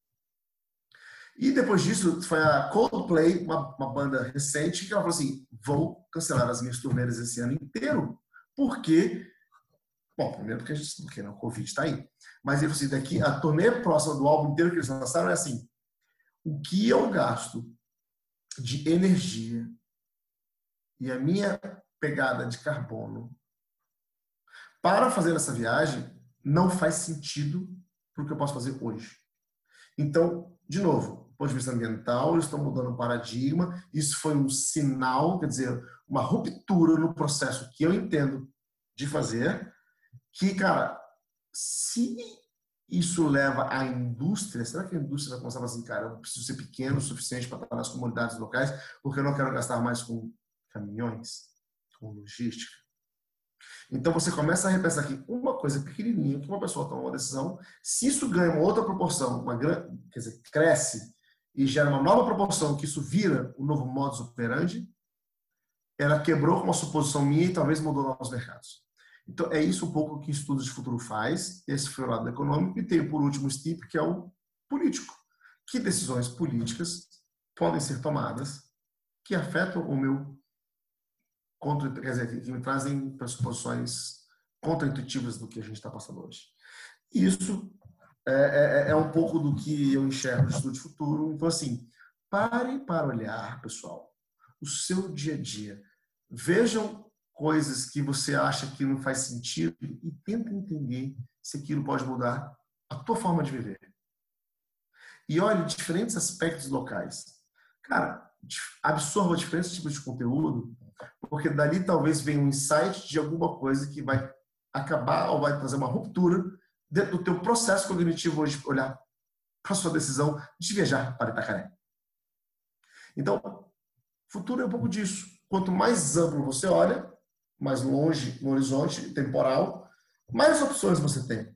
E depois disso, foi a Coldplay, uma banda recente, que ela falou assim, vou cancelar as minhas turnês esse ano inteiro, porque, bom, primeiro porque o Covid está aí. Mas ele falou assim, daqui, a turnê próxima do álbum inteiro que eles lançaram é assim, o que eu gasto de energia e a minha pegada de carbono para fazer essa viagem não faz sentido para o que eu posso fazer hoje. Então, de novo, do ponto de vista ambiental, eles estão mudando o paradigma. Isso foi um sinal, quer dizer, uma ruptura no processo que eu entendo de fazer, que, cara, se isso leva à indústria, será que a indústria vai começar a falar assim, cara, eu preciso ser pequeno o suficiente para estar nas comunidades locais, porque eu não quero gastar mais com caminhões, com logística? Então você começa a repensar que uma coisa pequenininha, que uma pessoa toma uma decisão, se isso ganha uma outra proporção, quer dizer, cresce e gera uma nova proporção, que isso vira o novo modus operandi, ela quebrou uma suposição minha e talvez mudou novos mercados. Então é isso um pouco que estudos de futuro faz. Esse foi o lado econômico e tem por último step, que é o político. Que decisões políticas podem ser tomadas que afetam o meu quer dizer, que me trazem pressuposições contraintuitivas do que a gente está passando hoje. Isso é um pouco do que eu enxergo de estudo de futuro. Então, assim, parem para olhar, pessoal, o seu dia a dia. Vejam coisas que você acha que não faz sentido e tentem entender se aquilo pode mudar a tua forma de viver. E olhe diferentes aspectos locais. Cara, absorva diferentes tipos de conteúdo, porque dali talvez venha um insight de alguma coisa que vai acabar ou vai trazer uma ruptura dentro do teu processo cognitivo hoje, olhar para a sua decisão de viajar para Itacaré. Então, futuro é um pouco disso. Quanto mais amplo você olha, mais longe no horizonte temporal, mais opções você tem.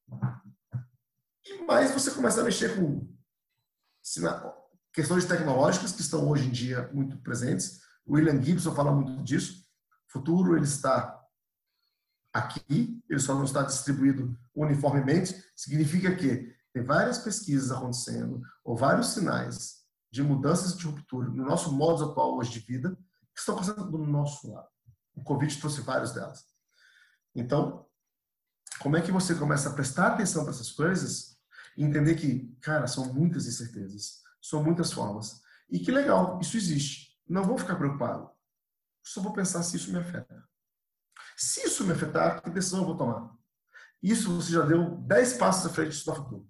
E mais você começa a mexer com questões tecnológicas que estão hoje em dia muito presentes. O William Gibson fala muito disso. O futuro ele está aqui, ele só não está distribuído uniformemente. Significa que tem várias pesquisas acontecendo, ou vários sinais de mudanças de ruptura no nosso modo atual hoje de vida, que estão acontecendo do nosso lado. O Covid trouxe várias delas. Então, como é que você começa a prestar atenção para essas coisas e entender que, cara, são muitas incertezas, são muitas formas. E que legal, isso existe. Não vou ficar preocupado. Só vou pensar se isso me afeta. Se isso me afetar, que decisão eu vou tomar? Isso você já deu 10 passos à frente de estudar futuro.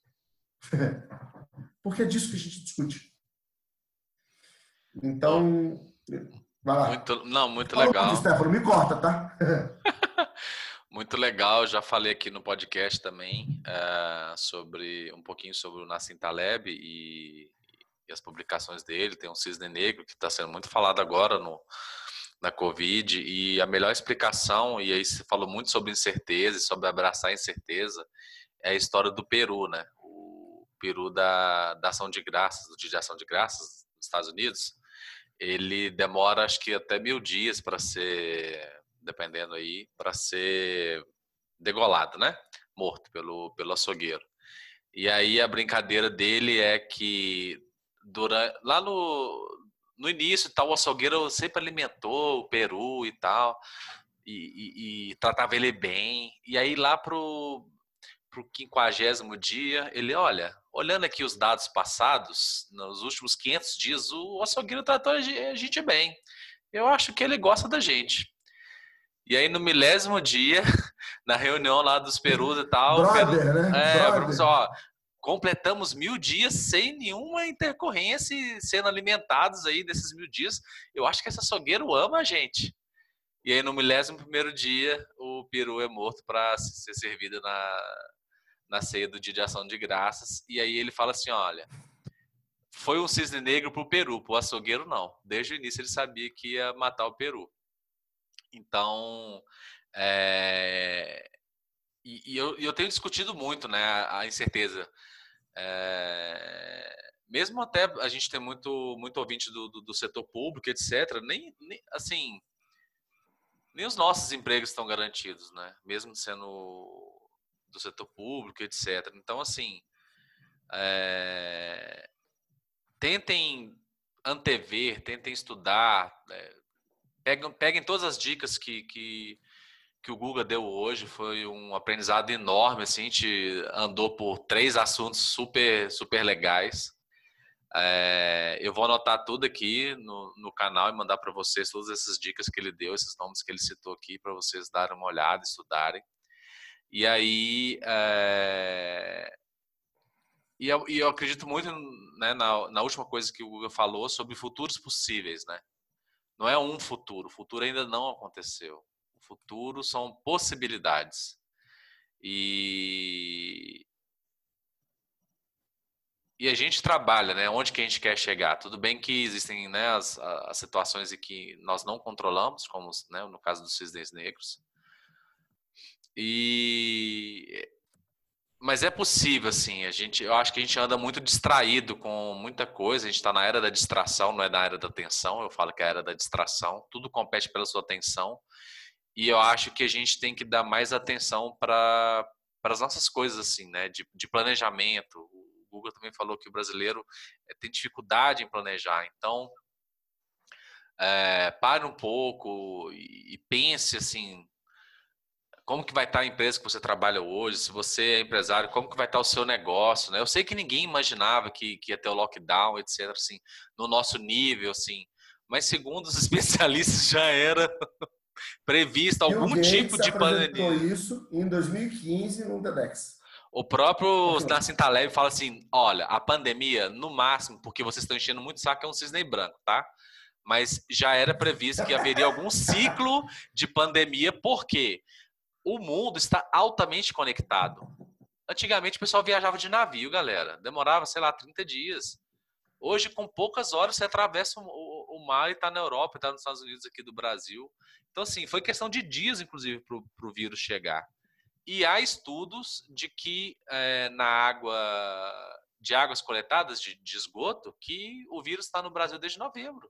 Porque é disso que a gente discute. Então, vai lá. Muito legal. Muito, Stefano, me corta, tá? Muito legal, já falei aqui no podcast também um pouquinho sobre o Nassim Taleb e as publicações dele. Tem um cisne negro que está sendo muito falado agora na Covid, e a melhor explicação, e aí você falou muito sobre incerteza e sobre abraçar a incerteza, é a história do Peru, né? O Peru da ação de graças, do dia de ação de graças nos Estados Unidos, ele demora acho que até 1000 dias para ser, dependendo aí, para ser degolado, né? Morto pelo açougueiro. E aí a brincadeira dele é que lá no início tal, o açougueiro sempre alimentou o peru e tal, e tratava ele bem. E aí lá pro 50º dia, ele, olhando aqui os dados passados, nos últimos 500 dias, o açougueiro tratou a gente bem. Eu acho que ele gosta da gente. E aí no 1000º dia, na reunião lá dos perus e tal, Brother, né? Brother. completamos 1000 dias sem nenhuma intercorrência e sendo alimentados aí desses 1000 dias. Eu acho que esse açougueiro ama a gente. E aí, no 11º dia, o peru é morto para ser servido na ceia do Dia de Ação de Graças. E aí ele fala assim, olha, foi um cisne negro pro peru, pro açougueiro não. Desde o início ele sabia que ia matar o peru. Então, eu tenho discutido muito, né, a incerteza. Mesmo até a gente tem muito ouvinte do setor público, etc., nem assim, nem os nossos empregos estão garantidos, né? Mesmo sendo do setor público, etc. Então, assim, tentem antever, tentem estudar, peguem todas as dicas que o Guga deu hoje. Foi um aprendizado enorme, assim, a gente andou por 3 assuntos super, super legais. Eu vou anotar tudo aqui no canal e mandar para vocês todas essas dicas que ele deu, esses nomes que ele citou aqui, para vocês darem uma olhada, estudarem. E aí, eu acredito muito, né, na última coisa que o Guga falou sobre futuros possíveis, né? Não é um futuro, o futuro ainda não aconteceu. O futuro são possibilidades. E a gente trabalha, né? Onde que a gente quer chegar? Tudo bem que existem, né, as situações em que nós não controlamos, como, né, no caso dos cisnes negros. Mas é possível, assim. Eu acho que a gente anda muito distraído com muita coisa. A gente está na era da distração, não é na era da atenção. Eu falo que é a era da distração. Tudo compete pela sua atenção. E eu acho que a gente tem que dar mais atenção para as nossas coisas, assim, né? De planejamento. O Google também falou que o brasileiro tem dificuldade em planejar. Então, pare um pouco e pense, assim, como que vai estar a empresa que você trabalha hoje, se você é empresário, como que vai estar o seu negócio, né? Eu sei que ninguém imaginava que ia ter o lockdown, etc., assim, no nosso nível, assim, mas segundo os especialistas já era previsto Bill algum tipo Gates de apresentou pandemia. isso em 2015 no TEDx. O próprio Nassim Taleb fala assim, olha, a pandemia, no máximo, porque vocês estão enchendo muito o saco, é um cisne branco, tá? Mas já era previsto que haveria algum ciclo de pandemia, porque o mundo está altamente conectado. Antigamente o pessoal viajava de navio, galera. Demorava, sei lá, 30 dias. Hoje, com poucas horas, você atravessa o mar e está na Europa, está nos Estados Unidos, aqui do Brasil. Então, assim, foi questão de dias, inclusive, para o vírus chegar. E há estudos de que na água, de águas coletadas de esgoto, que o vírus está no Brasil desde novembro.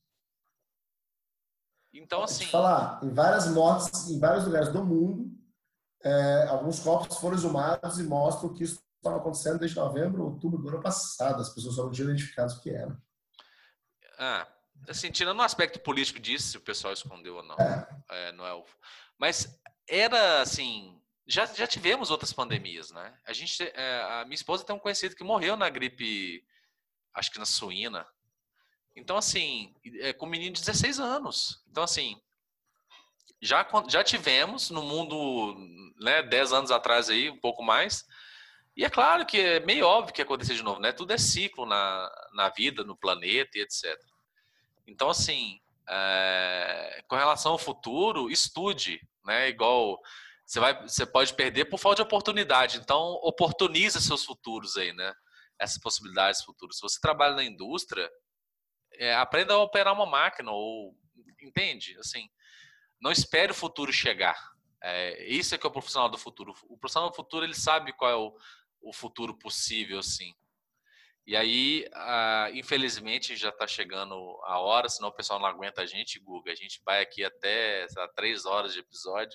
Então, assim... Deixa eu te falar, em várias mortes, em vários lugares do mundo, alguns corpos foram exumados e mostram que isso estava acontecendo desde novembro, outubro do ano passado. As pessoas só não tinham identificado o que era. Assim, tirando o aspecto político disso, se o pessoal escondeu ou não. Não é o... Mas era, assim... Já tivemos outras pandemias, né? A minha esposa tem um conhecido que morreu na gripe, acho que na suína. Então, assim, com um menino de 16 anos. Então, assim, já tivemos no mundo, né, 10 anos atrás aí, um pouco mais. E é claro que é meio óbvio que ia acontecer de novo, né? Tudo é ciclo na vida, no planeta e etc. Então, assim, com relação ao futuro, estude, né? Igual você pode perder por falta de oportunidade. Então, oportuniza seus futuros aí, né? Essas possibilidades futuras. Se você trabalha na indústria, aprenda a operar uma máquina ou entende, assim, não espere o futuro chegar. Isso é que é o profissional do futuro. O profissional do futuro, ele sabe qual é o futuro possível, assim. E aí, infelizmente, já está chegando a hora, senão o pessoal não aguenta a gente, Guga. A gente vai aqui até 3 horas de episódio.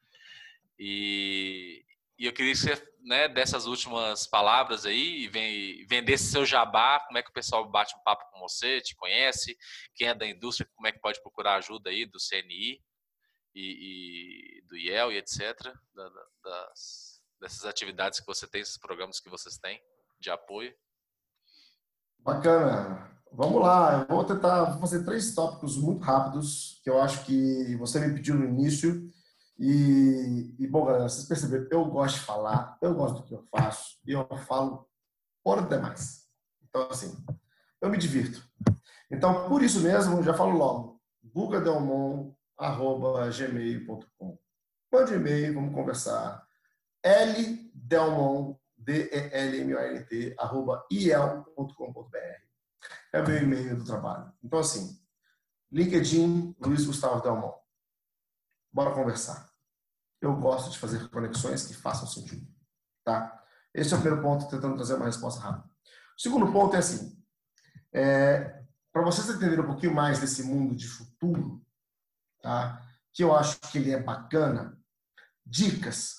E eu queria que você, né, dessas últimas palavras aí e vendesse seu jabá, como é que o pessoal bate um papo com você, te conhece, quem é da indústria, como é que pode procurar ajuda aí do CNI e do IEL e etc. Dessas atividades que você tem, esses programas que vocês têm de apoio. Bacana. Vamos lá, eu vou tentar fazer 3 tópicos muito rápidos que eu acho que você me pediu no início. E bom, galera, vocês perceberam, eu gosto de falar, eu gosto do que eu faço, e eu falo por demais. Então, assim, eu me divirto. Então, por isso mesmo, já falo logo, gugadelmon@gmail.com. Mande um e-mail, vamos conversar. ldelmont, DELMONT, @iel.com.br. É o meu e-mail do trabalho. Então, assim, LinkedIn, Luiz Gustavo Delmont. Bora conversar. Eu gosto de fazer conexões que façam sentido. Tá? Esse é o primeiro ponto, tentando trazer uma resposta rápida. O segundo ponto é assim, para vocês entenderem um pouquinho mais desse mundo de futuro, tá? Que eu acho que ele é bacana, dicas.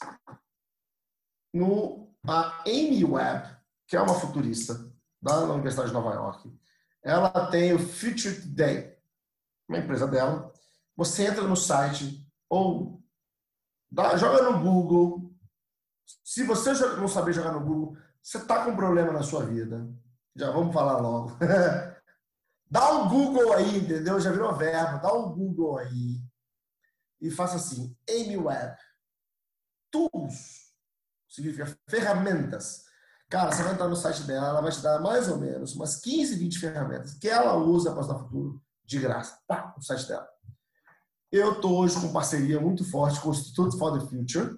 A Amy Webb, que é uma futurista da Universidade de Nova York, ela tem o Future Today, uma empresa dela. Você entra no site ou joga no Google. Se você não saber jogar no Google, você está com um problema na sua vida. Já vamos falar logo. Dá um Google aí, entendeu? Já virou verbo. Dá um Google aí. E faça assim. Amy Webb. Tools. Significa ferramentas. Cara, você vai entrar no site dela, ela vai te dar mais ou menos umas 15, 20 ferramentas que ela usa para o futuro de graça. Pá, no site dela. Eu estou hoje com parceria muito forte com o Institute for the Future,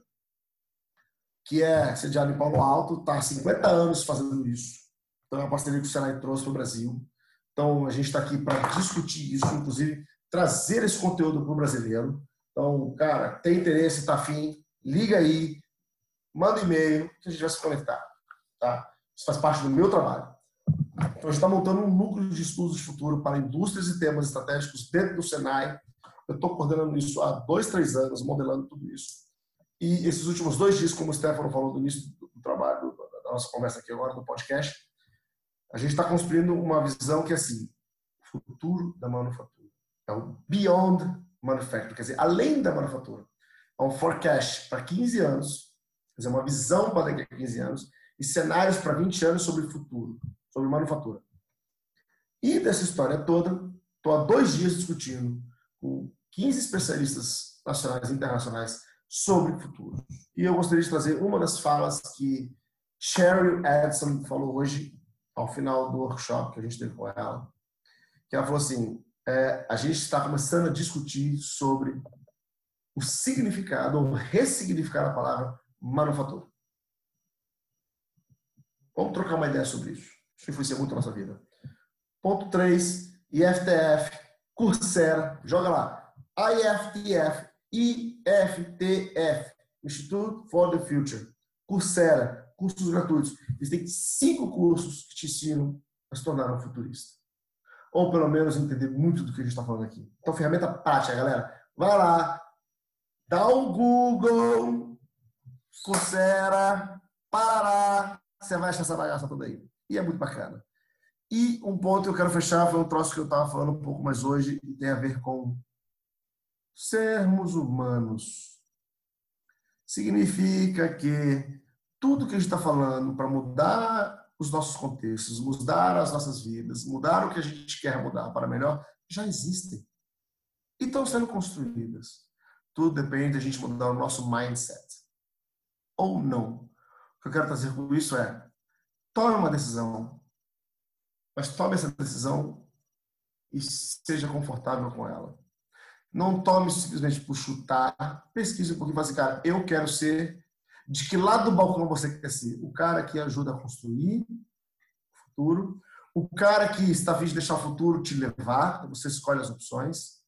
que é sediado em Paulo Alto, está há 50 anos fazendo isso. Então, é uma parceria que o Senai trouxe para o Brasil. Então, a gente está aqui para discutir isso, inclusive trazer esse conteúdo para o brasileiro. Então, cara, tem interesse, está afim, liga aí, manda e-mail, que a gente vai se conectar. Tá? Isso faz parte do meu trabalho. Então, a gente está montando um núcleo de estudos de futuro para indústrias e temas estratégicos dentro do Senai. Eu estou coordenando isso há 2, 3 anos, modelando tudo isso. E esses últimos 2 dias, como o Stefano falou no início do trabalho, da nossa conversa aqui agora, do podcast, a gente está construindo uma visão que é assim, futuro da manufatura. É o Beyond Manufacturing, quer dizer, além da manufatura. É um forecast para 15 anos, quer dizer, uma visão para daqui a 15 anos, e cenários para 20 anos sobre futuro, sobre manufatura. E dessa história toda, estou há 2 dias discutindo com 15 especialistas nacionais e internacionais sobre o futuro. E eu gostaria de trazer uma das falas que Sheryl Edson falou hoje, ao final do workshop que a gente teve com ela, que ela falou assim, a gente está começando a discutir sobre o significado, ou ressignificar a palavra manufatura. Vamos trocar uma ideia sobre isso. Isso influencia muito a nossa vida. Ponto 3, IFTF, Coursera, joga lá, IFTF, Institute for the Future, Coursera, cursos gratuitos. Eles têm 5 cursos que te ensinam a se tornar um futurista. Ou pelo menos entender muito do que a gente está falando aqui. Então, ferramenta prática, galera. Vai lá, dá um Google, Coursera, Parará, você vai achar essa bagaça toda aí. E é muito bacana. E um ponto que eu quero fechar foi um troço que eu estava falando um pouco mais hoje e tem a ver com sermos humanos. Significa que tudo que a gente está falando para mudar os nossos contextos, mudar as nossas vidas, mudar o que a gente quer mudar para melhor, já existem. E estão sendo construídas. Tudo depende da gente mudar o nosso mindset. Ou não. O que eu quero trazer com isso é, tome uma decisão, mas tome essa decisão e seja confortável com ela. Não tome simplesmente por chutar, pesquise um pouquinho e fale assim, cara, eu quero ser, de que lado do balcão você quer ser? O cara que ajuda a construir o futuro, o cara que está a fim de deixar o futuro te levar, você escolhe as opções,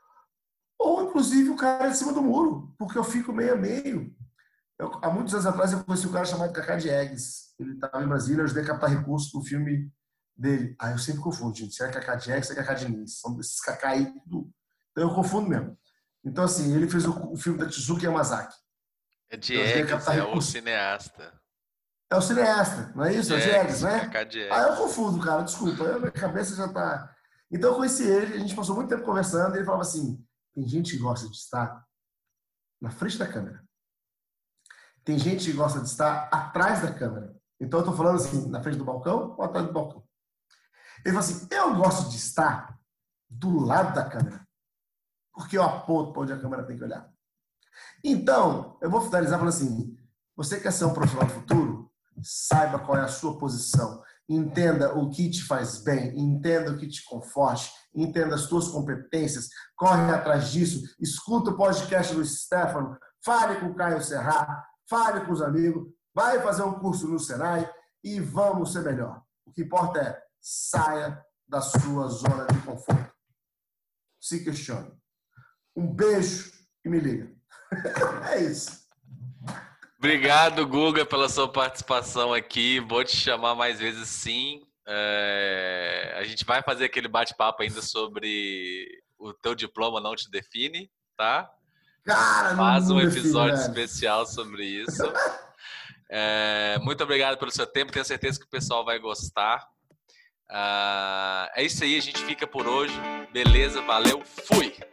ou inclusive o cara de cima do muro, porque eu fico meio a meio. Há muitos anos atrás eu conheci um cara chamado Cacá Diegues, ele estava em Brasília, eu ajudei a captar recursos do filme dele. Eu sempre confundo, gente, se é Cacá Diegues, se é Cacá Diniz, são esses Cacá aí, tudo. Então eu confundo mesmo. Então assim, ele fez o filme da Tezuka Yamazaki. É Diegues, é o cineasta. É o cineasta, não é isso? É Diegues, né? Cacá Diegues. Eu confundo, cara, desculpa, minha cabeça já tá... Então eu conheci ele, a gente passou muito tempo conversando, e ele falava assim, tem gente que gosta de estar na frente da câmera. Tem gente que gosta de estar atrás da câmera. Então eu tô falando assim, na frente do balcão ou atrás do balcão? Ele falou assim, eu gosto de estar do lado da câmera. Porque eu aponto para onde a câmera tem que olhar. Então, eu vou finalizar falando assim, você quer ser um profissional do futuro? Saiba qual é a sua posição. Entenda o que te faz bem, entenda o que te conforte, entenda as tuas competências, corre atrás disso, escuta o podcast do Stefano, fale com o Caio Serra, fale com os amigos, vai fazer um curso no Senai e vamos ser melhor. O que importa é saia da sua zona de conforto. Se questione. Um beijo e me liga. É isso. Obrigado, Guga, pela sua participação aqui. Vou te chamar mais vezes, sim. A gente vai fazer aquele bate-papo ainda sobre o teu diploma não te define, tá? Cara, faz um define, episódio velho. especial sobre isso. Muito obrigado pelo seu tempo. Tenho certeza que o pessoal vai gostar. É isso aí, a gente fica por hoje. Beleza, valeu, fui!